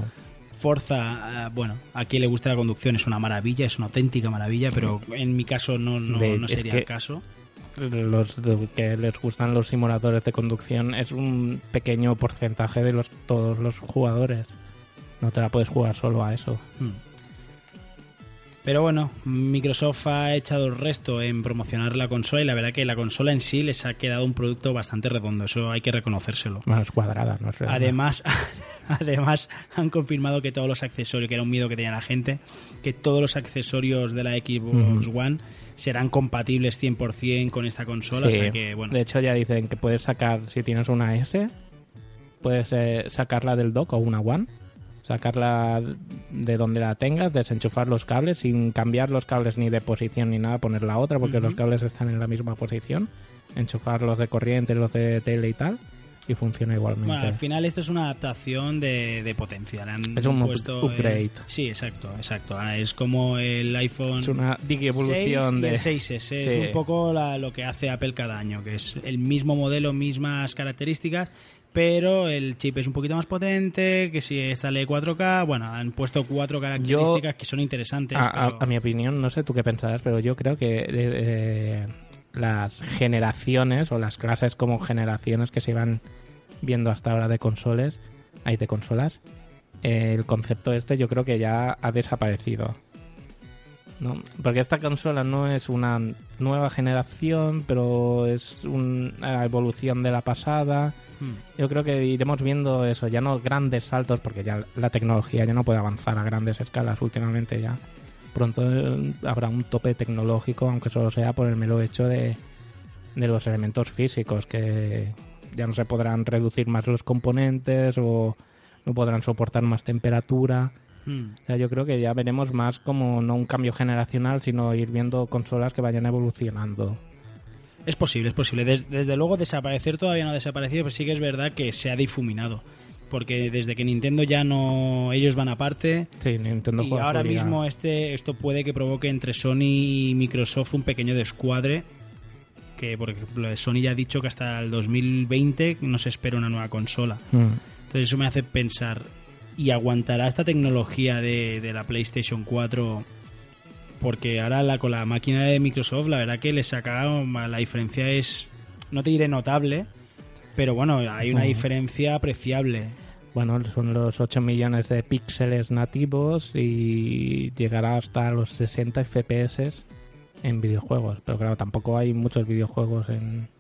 S4: Forza, bueno, a quien le gusta la conducción es una maravilla, es una auténtica maravilla, pero en mi caso no, no, de, no sería el caso.
S5: Los de que les gustan los simuladores de conducción es un pequeño porcentaje de los todos los jugadores. No te la puedes jugar solo a eso. Hmm.
S4: Pero bueno, Microsoft ha echado el resto en promocionar la consola y la verdad que la consola en sí les ha quedado un producto bastante redondo, eso hay que reconocérselo.
S5: Bueno, es cuadrada, no es redonda.
S4: Además, además han confirmado que todos los accesorios, que era un miedo que tenía la gente, que todos los accesorios de la Xbox uh-huh. One serán compatibles cien por ciento con esta consola.
S5: Sí.
S4: O sea que, bueno.
S5: De hecho ya dicen que puedes sacar, si tienes una S, puedes eh, sacarla del dock o una One, sacarla de donde la tengas, desenchufar los cables sin cambiar los cables ni de posición ni nada, poner la otra porque uh-huh. los cables están en la misma posición, enchufar los de corriente, los de tele y tal, y funciona igualmente.
S4: Bueno, al final esto es una adaptación de, de potencia. Le han
S5: es un
S4: puesto
S5: upgrade.
S4: El... Sí, exacto, exacto. Es como el iPhone
S5: es una digievolución
S4: seis y
S5: de
S4: el seis ese. Sí. Es un poco la, lo que hace Apple cada año, que es el mismo modelo, mismas características, pero el chip es un poquito más potente, que si sale cuatro K, bueno, han puesto cuatro características yo, que son interesantes.
S5: A,
S4: pero...
S5: a, a mi opinión, no sé tú qué pensarás, pero yo creo que eh, eh, las generaciones o las clases como generaciones que se iban viendo hasta ahora de consoles, hay de consolas, eh, el concepto este yo creo que ya ha desaparecido. ¿No? Porque esta consola no es una nueva generación, pero es una evolución de la pasada. Hmm. Yo creo que iremos viendo eso, ya no grandes saltos, porque ya la tecnología ya no puede avanzar a grandes escalas últimamente ya. Pronto habrá un tope tecnológico, aunque solo sea por el mero hecho de, de los elementos físicos, que ya no se podrán reducir más los componentes o no podrán soportar más temperatura. Hmm. O sea, yo creo que ya veremos más como no un cambio generacional, sino ir viendo consolas que vayan evolucionando.
S4: Es posible, es posible. Des, desde luego desaparecer todavía no ha desaparecido, pero sí que es verdad que se ha difuminado. Porque desde que Nintendo ya no... Ellos van aparte.
S5: Sí, Nintendo
S4: y ahora mismo este esto puede que provoque entre Sony y Microsoft un pequeño descuadre. Que, por ejemplo, Sony ya ha dicho que hasta el dos mil veinte no se espera una nueva consola. Hmm. Entonces eso me hace pensar... ¿Y aguantará esta tecnología de, de la PlayStation cuatro? Porque ahora la, con la máquina de Microsoft, la verdad que le saca, la diferencia es, no te diré notable, pero bueno, hay una uh-huh. diferencia apreciable.
S5: Bueno, son los ocho millones de píxeles nativos y llegará hasta los sesenta F P S en videojuegos. Pero claro, tampoco hay muchos videojuegos en,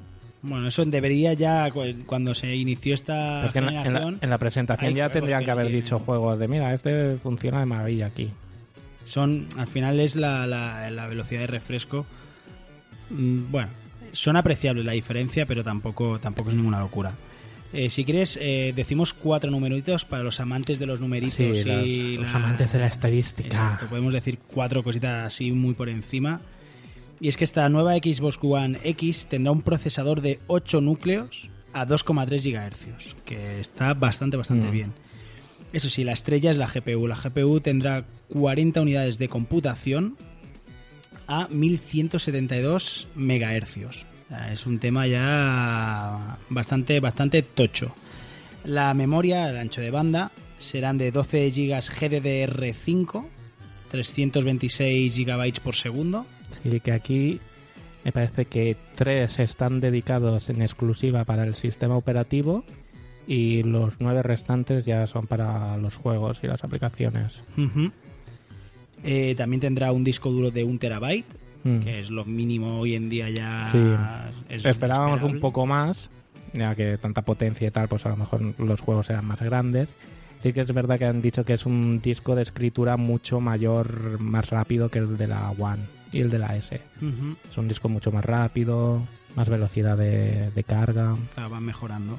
S4: Bueno, eso debería ya, cuando se inició esta
S5: Porque
S4: generación...
S5: En la, en la presentación ya tendrían que haber que... dicho juegos de, mira, este funciona de maravilla aquí.
S4: Son, al final es la, la, la velocidad de refresco. Bueno, son apreciables la diferencia, pero tampoco, tampoco es ninguna locura. Eh, si quieres, eh, decimos cuatro numeritos para los amantes de los numeritos.
S5: Sí,
S4: y
S5: los,
S4: la...
S5: los amantes de la estadística.
S4: Exacto, podemos decir cuatro cositas así muy por encima. Y es que esta nueva Xbox One X tendrá un procesador de ocho núcleos a dos coma tres gigahercios, que está bastante, bastante mm. bien. Eso sí, la estrella es la G P U. La G P U tendrá cuarenta unidades de computación a mil ciento setenta y dos megahercios. O sea, es un tema ya bastante, bastante tocho. La memoria, el ancho de banda, serán de doce gigas G D D R cinco, trescientos veintiséis gigabytes por segundo.
S5: Sí, que aquí me parece que tres están dedicados en exclusiva para el sistema operativo y los nueve restantes ya son para los juegos y las aplicaciones.
S4: Uh-huh. Eh, también tendrá un disco duro de un terabyte,
S5: mm.
S4: que es lo mínimo hoy en día ya.
S5: Sí.
S4: Es
S5: Esperábamos
S4: esperable.
S5: un poco más, ya que tanta potencia y tal, pues a lo mejor los juegos eran más grandes. Sí que es verdad que han dicho que es un disco de escritura mucho mayor, más rápido que el de la One y el de la S.
S4: Uh-huh.
S5: Es un disco mucho más rápido, más velocidad de, de carga.
S4: Claro, van mejorando.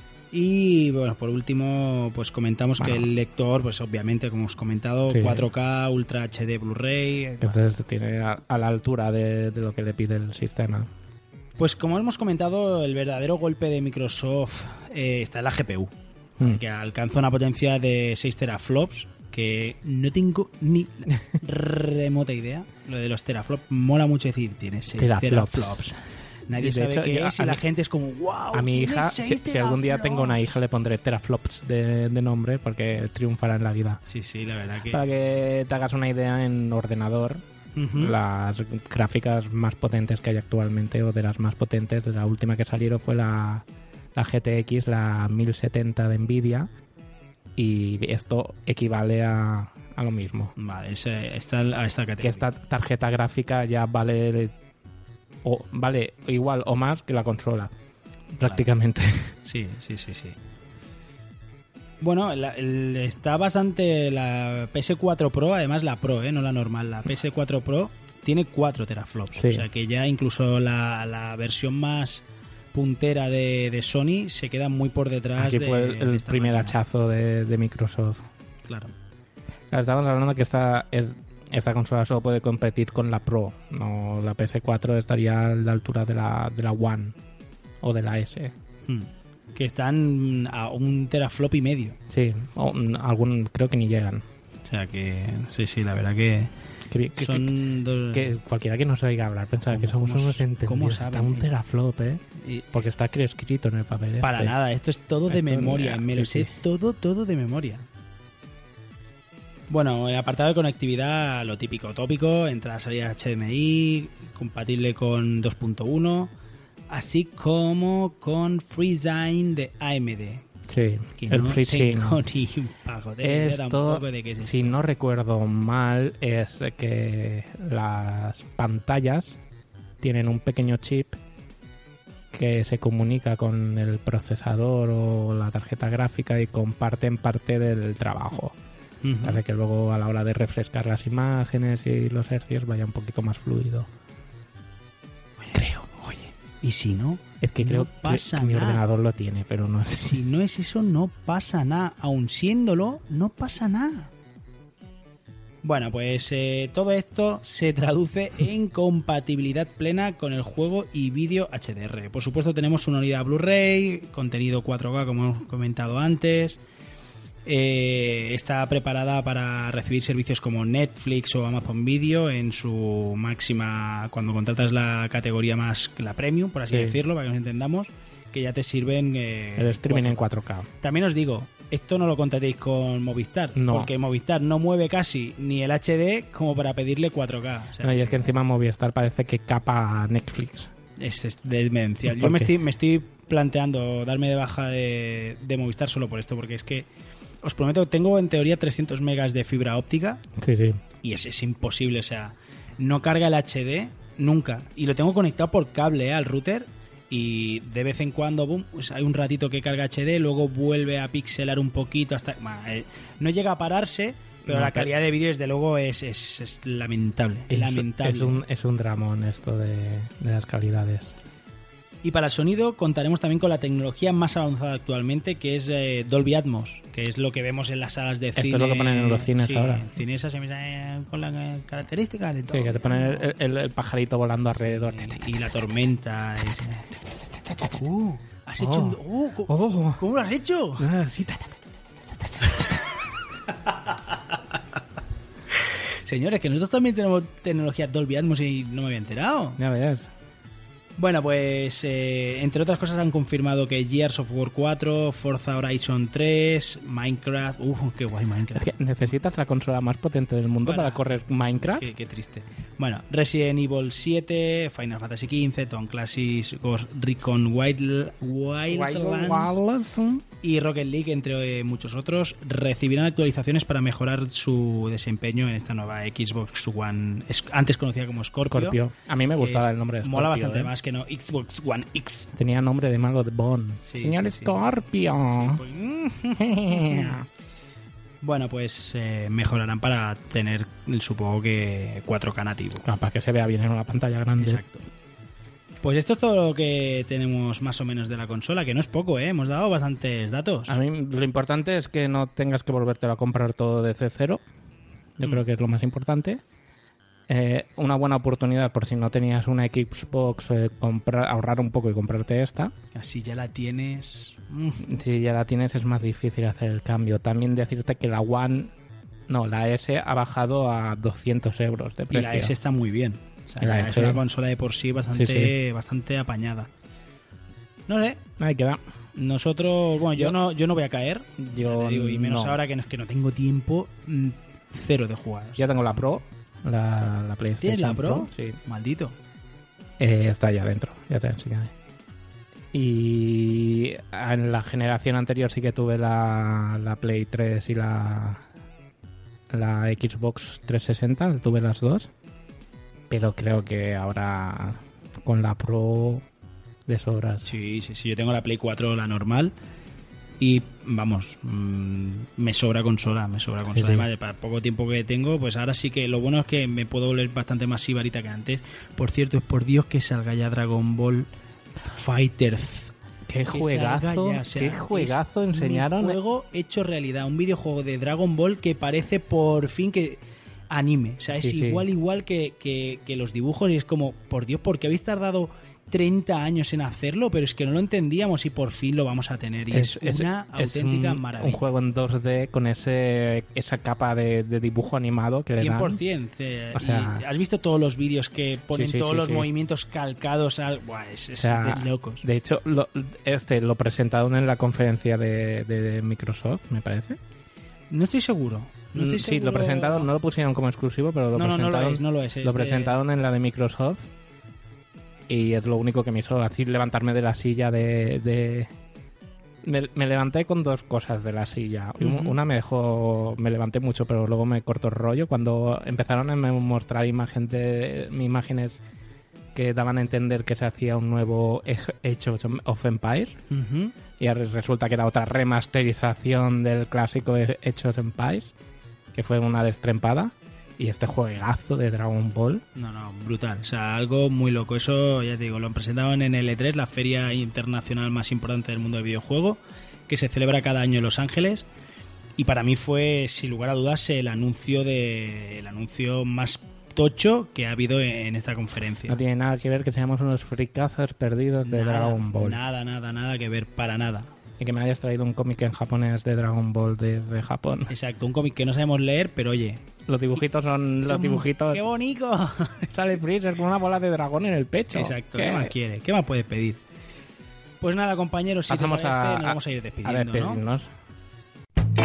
S4: Y bueno, por último, pues comentamos bueno. que el lector, pues obviamente, como hemos comentado, sí. cuatro K, Ultra H D, Blu-ray.
S5: Entonces tiene a, a la altura de, de lo que le pide el sistema.
S4: Pues como hemos comentado, el verdadero golpe de Microsoft eh, está en la G P U, mm. que alcanza una potencia de seis teraflops, que no tengo ni remota idea. Lo de los teraflops mola mucho decir, tiene seis teraflops. teraflops. Nadie de sabe hecho, qué yo, es y la mi, gente es como, wow,
S5: a mi hija, si, si algún día tengo una hija, le pondré teraflops de, de nombre porque triunfará en la vida.
S4: Sí, sí, la verdad que...
S5: Para que te hagas una idea, en ordenador, uh-huh. las gráficas más potentes que hay actualmente, o de las más potentes, la última que salieron fue la, la G T X, la mil setenta de Nvidia, y esto equivale a, a lo mismo.
S4: Vale, ese, esta, a esta categoría.
S5: Que esta tarjeta gráfica ya vale... o vale igual o más que la consola, prácticamente.
S4: Claro. Sí, sí, sí, sí. Bueno, la, el, está bastante la P S cuatro Pro, además la Pro, ¿eh? No la normal. La P S cuatro Pro tiene cuatro teraflops. Sí. O sea que ya incluso la, la versión más puntera de, de Sony se queda muy por detrás.
S5: Aquí
S4: de,
S5: fue el, el primer máquina. hachazo de, de Microsoft.
S4: Claro.
S5: Claro, estamos hablando que esta es... Esta consola solo puede competir con la Pro. No, la P S cuatro estaría a la altura de la, de la One o de la S.
S4: Hmm. Que están a un teraflop y medio.
S5: Sí, o, algún, creo que ni llegan.
S4: O sea que, sí, sí, la verdad que,
S5: que, que son que, dos... que cualquiera que nos oiga hablar pensaba que somos unos entendidos. Está un teraflop, ¿eh? Y porque está escrito en el papel.
S4: Para
S5: este.
S4: nada, esto es todo de esto, memoria. Me sí, lo sé sí. todo, todo de memoria. Bueno, el apartado de conectividad, lo típico tópico, entrada salida H D M I, compatible con dos punto uno, así como con FreeSync de A M D.
S5: Sí,
S4: que
S5: el
S4: no
S5: FreeSync.
S4: Tengo ni un pago de
S5: esto, tampoco de qué es esto. Si no recuerdo mal, es que las pantallas tienen un pequeño chip que se comunica con el procesador o la tarjeta gráfica y comparten parte del trabajo. Uh-huh. Hace que luego a la hora de refrescar las imágenes y los hercios vaya un poquito más fluido.
S4: Oye, creo, oye. ¿Y si no?
S5: Es que creo
S4: no pasa
S5: que mi
S4: nada.
S5: ordenador lo tiene, pero no sé.
S4: Si no es eso, no pasa nada. Aun siéndolo, no pasa nada. Bueno, pues eh, todo esto se traduce en compatibilidad plena con el juego y vídeo H D R. Por supuesto tenemos una unidad Blu-ray, contenido cuatro K como hemos comentado antes. Eh, está preparada para recibir servicios como Netflix o Amazon Video en su máxima, cuando contratas la categoría más, la premium, por así sí. decirlo, para que nos entendamos, que ya te sirven eh,
S5: el streaming en cuatro K.
S4: También os digo, esto no lo contratéis con Movistar,
S5: no.
S4: porque Movistar no mueve casi ni el H D como para pedirle cuatro K. O sea,
S5: no, y es que encima Movistar parece que capa Netflix.
S4: Es, es demencial. Yo me estoy, me estoy planteando darme de baja de, de Movistar solo por esto, porque es que os prometo que tengo en teoría trescientos megas de fibra óptica.
S5: Sí, sí.
S4: Y es, es imposible, o sea, no carga el H D nunca. Y lo tengo conectado por cable, ¿eh?, al router y de vez en cuando boom, pues hay un ratito que carga H D, luego vuelve a pixelar un poquito hasta bueno, eh, no llega a pararse, pero
S5: no,
S4: la calidad de vídeo desde luego es, es, es lamentable,
S5: es,
S4: lamentable.
S5: Es un, es un dramón esto de, de las calidades.
S4: Y para el sonido contaremos también con la tecnología más avanzada actualmente, que es eh, Dolby Atmos, que es lo que vemos en las salas de
S5: esto
S4: cine.
S5: Esto es lo que ponen en los cines
S4: sí,
S5: ahora.
S4: En cines se me sale con las eh, características de todo.
S5: Sí, que te ponen el, el, el pajarito volando alrededor.
S4: Y, y la tormenta. Es... Uh, has hecho
S5: oh.
S4: un... Uh, ¿cómo, oh. ¿Cómo lo has hecho?
S5: Ah, sí.
S4: Señores, que nosotros también tenemos tecnología Dolby Atmos y no me había enterado.
S5: Ya ves.
S4: Bueno, pues eh, entre otras cosas han confirmado que Gears of War cuatro, Forza Horizon tres, Minecraft... ¡Uh, qué guay Minecraft!
S5: Es que necesitas la consola más potente del mundo bueno, para correr Minecraft.
S4: Qué, qué triste. Bueno, Resident Evil siete, Final Fantasy quince, Tom Clancy's Ghost Recon Wild, Wildlands Wild y Rocket League, entre eh, muchos otros, recibirán actualizaciones para mejorar su desempeño en esta nueva Xbox One, antes conocida como Scorpio.
S5: Scorpio. A mí me gustaba
S4: es,
S5: el nombre de Scorpio.
S4: Mola bastante
S5: ¿eh?
S4: más que no Xbox One X.
S5: Tenía nombre de malo de Bond.
S4: Sí,
S5: Señor
S4: sí,
S5: Scorpio.
S4: Sí, pues... Bueno, pues eh, mejorarán para tener, supongo que, cuatro K nativo.
S5: No, para que se vea bien en una pantalla grande.
S4: Exacto. Pues esto es todo lo que tenemos más o menos de la consola, que no es poco, ¿eh? Hemos dado bastantes datos.
S5: A mí lo importante es que no tengas que volvértelo a comprar todo desde cero. Yo mm. creo que es lo más importante. Eh, una buena oportunidad por si no tenías una Xbox, eh, comprar, ahorrar un poco y comprarte esta.
S4: Así ya la tienes. Mm.
S5: Si ya la tienes es más difícil hacer el cambio. También decirte que la One, no, la S ha bajado a doscientos euros de precio.
S4: Y la S está muy bien. O sea,
S5: la
S4: es
S5: S...
S4: una consola de por sí bastante, sí, sí. bastante apañada. No sé.
S5: Ahí queda.
S4: Nosotros, bueno, yo, yo no yo no voy a caer.
S5: Yo
S4: digo, y menos
S5: no.
S4: ahora que no, que no tengo tiempo, cero de jugar.
S5: Yo tengo la Pro. La, la PlayStation.
S4: ¿Tienes la Pro?
S5: Pro? Sí.
S4: Maldito.
S5: Eh, está ya dentro, ya te enseñaré. Y en la generación anterior sí que tuve la, la Play tres y la, la Xbox trescientos sesenta, tuve las dos. Pero creo que ahora con la Pro de sobras.
S4: Sí, sí, sí. Yo tengo la Play cuatro, la normal. Y vamos, mmm, me sobra consola, me sobra consola. Sí, sí. Además, para poco tiempo que tengo, pues ahora sí que lo bueno es que me puedo volver bastante más sibarita que antes. Por cierto, es por Dios que salga ya Dragon Ball Fighters.
S5: Qué juegazo, ya, o sea, qué juegazo enseñaron.
S4: Un juego hecho realidad, un videojuego de Dragon Ball que parece por fin que anime. O sea, es sí, igual, sí. igual que, que, que los dibujos y es como, por Dios, ¿por qué habéis tardado treinta años en hacerlo? Pero es que no lo entendíamos y por fin lo vamos a tener. Y es, es una es auténtica
S5: un,
S4: maravilla.
S5: Un juego en dos D con ese esa capa de, de dibujo animado que le dan.
S4: cien por ciento. Eh,
S5: o sea,
S4: ¿has visto todos los vídeos que ponen
S5: sí, sí,
S4: todos
S5: sí,
S4: los
S5: sí.
S4: movimientos calcados? Al... Buah, es, es
S5: o sea,
S4: de locos.
S5: De hecho, lo, este lo presentaron en la conferencia de, de, de Microsoft, me parece.
S4: No estoy seguro. No estoy
S5: sí,
S4: seguro.
S5: lo presentaron, no lo pusieron como exclusivo, pero lo
S4: no,
S5: presentaron,
S4: no, no lo es, no lo es, es
S5: lo
S4: de...
S5: presentaron en la de Microsoft. Y es lo único que me hizo así levantarme de la silla de... de... Me, me levanté con dos cosas de la silla. Uh-huh. Una me dejó... Me levanté mucho, pero luego me cortó el rollo. Cuando empezaron a mostrar imagen de, imágenes que daban a entender que se hacía un nuevo Age of Empires.
S4: Uh-huh.
S5: Y resulta que era otra remasterización del clásico Age of Empires, que fue una destrempada. Y este juegazo de Dragon Ball.
S4: No, no, brutal. O sea, algo muy loco. Eso, ya te digo, lo han presentado en el E tres, la feria internacional más importante del mundo del videojuego, que se celebra cada año en Los Ángeles. Y para mí fue, sin lugar a dudas, el anuncio de el anuncio más tocho que ha habido en esta conferencia.
S5: No tiene nada que ver que seamos unos fricazos perdidos de
S4: nada,
S5: Dragon Ball.
S4: Nada, nada, nada que ver, para nada.
S5: Y que me hayas traído un cómic en japonés de Dragon Ball de, de Japón.
S4: Exacto, un cómic que no sabemos leer, pero oye...
S5: Los dibujitos son los dibujitos...
S4: ¡Qué bonito!
S5: Sale Freezer con una bola de dragón en el pecho.
S4: Exacto, ¿qué, ¿qué más quiere? ¿Qué más puedes pedir? Pues nada, compañeros, si
S5: Pasamos
S4: te parece,
S5: a,
S4: nos vamos a ir despidiendo,
S5: a despedirnos.
S4: ¿no?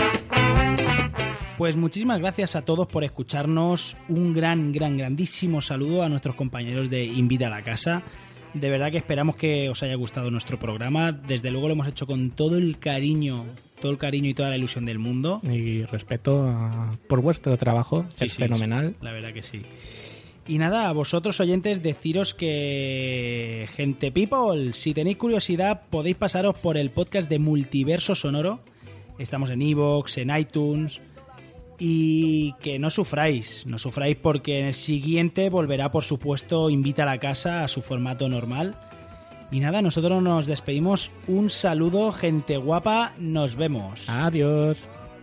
S4: Pues muchísimas gracias a todos por escucharnos. Un gran, gran, grandísimo saludo a nuestros compañeros de Invita a la Casa. De verdad que esperamos que os haya gustado nuestro programa. Desde luego lo hemos hecho con todo el cariño, todo el cariño y toda la ilusión del mundo.
S5: Y respeto a, por vuestro trabajo, sí, es sí, fenomenal.
S4: La verdad que sí. Y nada, a vosotros oyentes deciros que, gente people, si tenéis curiosidad podéis pasaros por el podcast de Multiverso Sonoro. Estamos en iVoox, en iTunes, y que no sufráis, no sufráis porque en el siguiente volverá, por supuesto, Invita a la Casa a su formato normal. Y nada, nosotros nos despedimos. Un saludo, gente guapa, nos vemos.
S5: Adiós.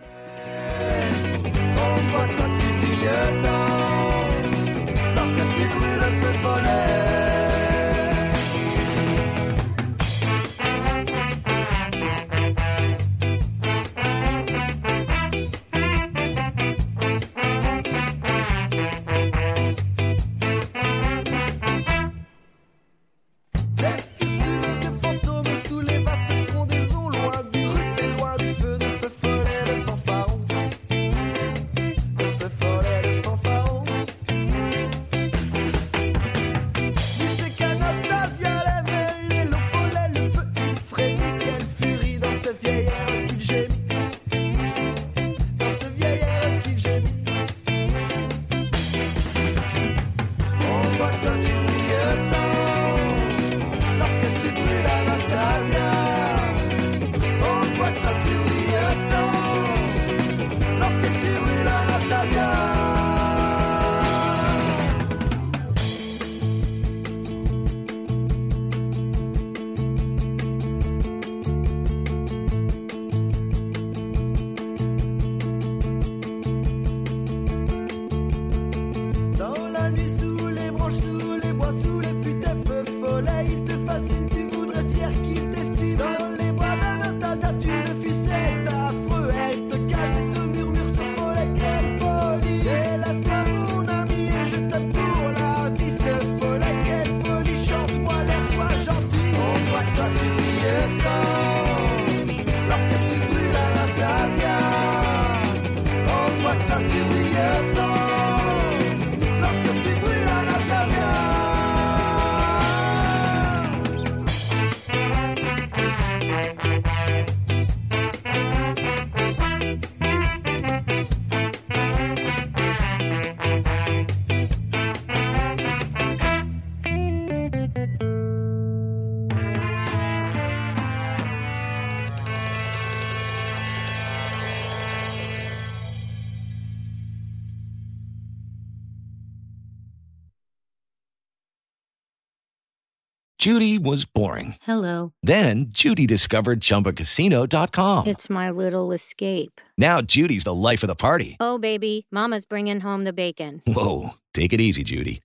S16: Judy was boring.
S17: Hello.
S16: Then Judy discovered Chumba Casino dot com.
S17: It's my little escape.
S16: Now Judy's the life of the party.
S17: Oh, baby, mama's bringing home the bacon.
S16: Whoa, take it easy, Judy.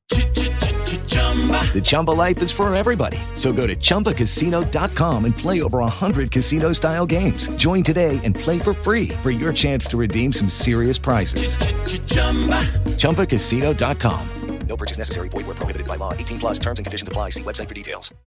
S16: The Chumba life is for everybody. So go to Chumba Casino dot com and play over one hundred casino-style games. Join today and play for free for your chance to redeem some serious prizes. Chumba Casino dot com.
S8: No purchase necessary. Void where prohibited by law. eighteen plus terms and conditions apply. See website for details.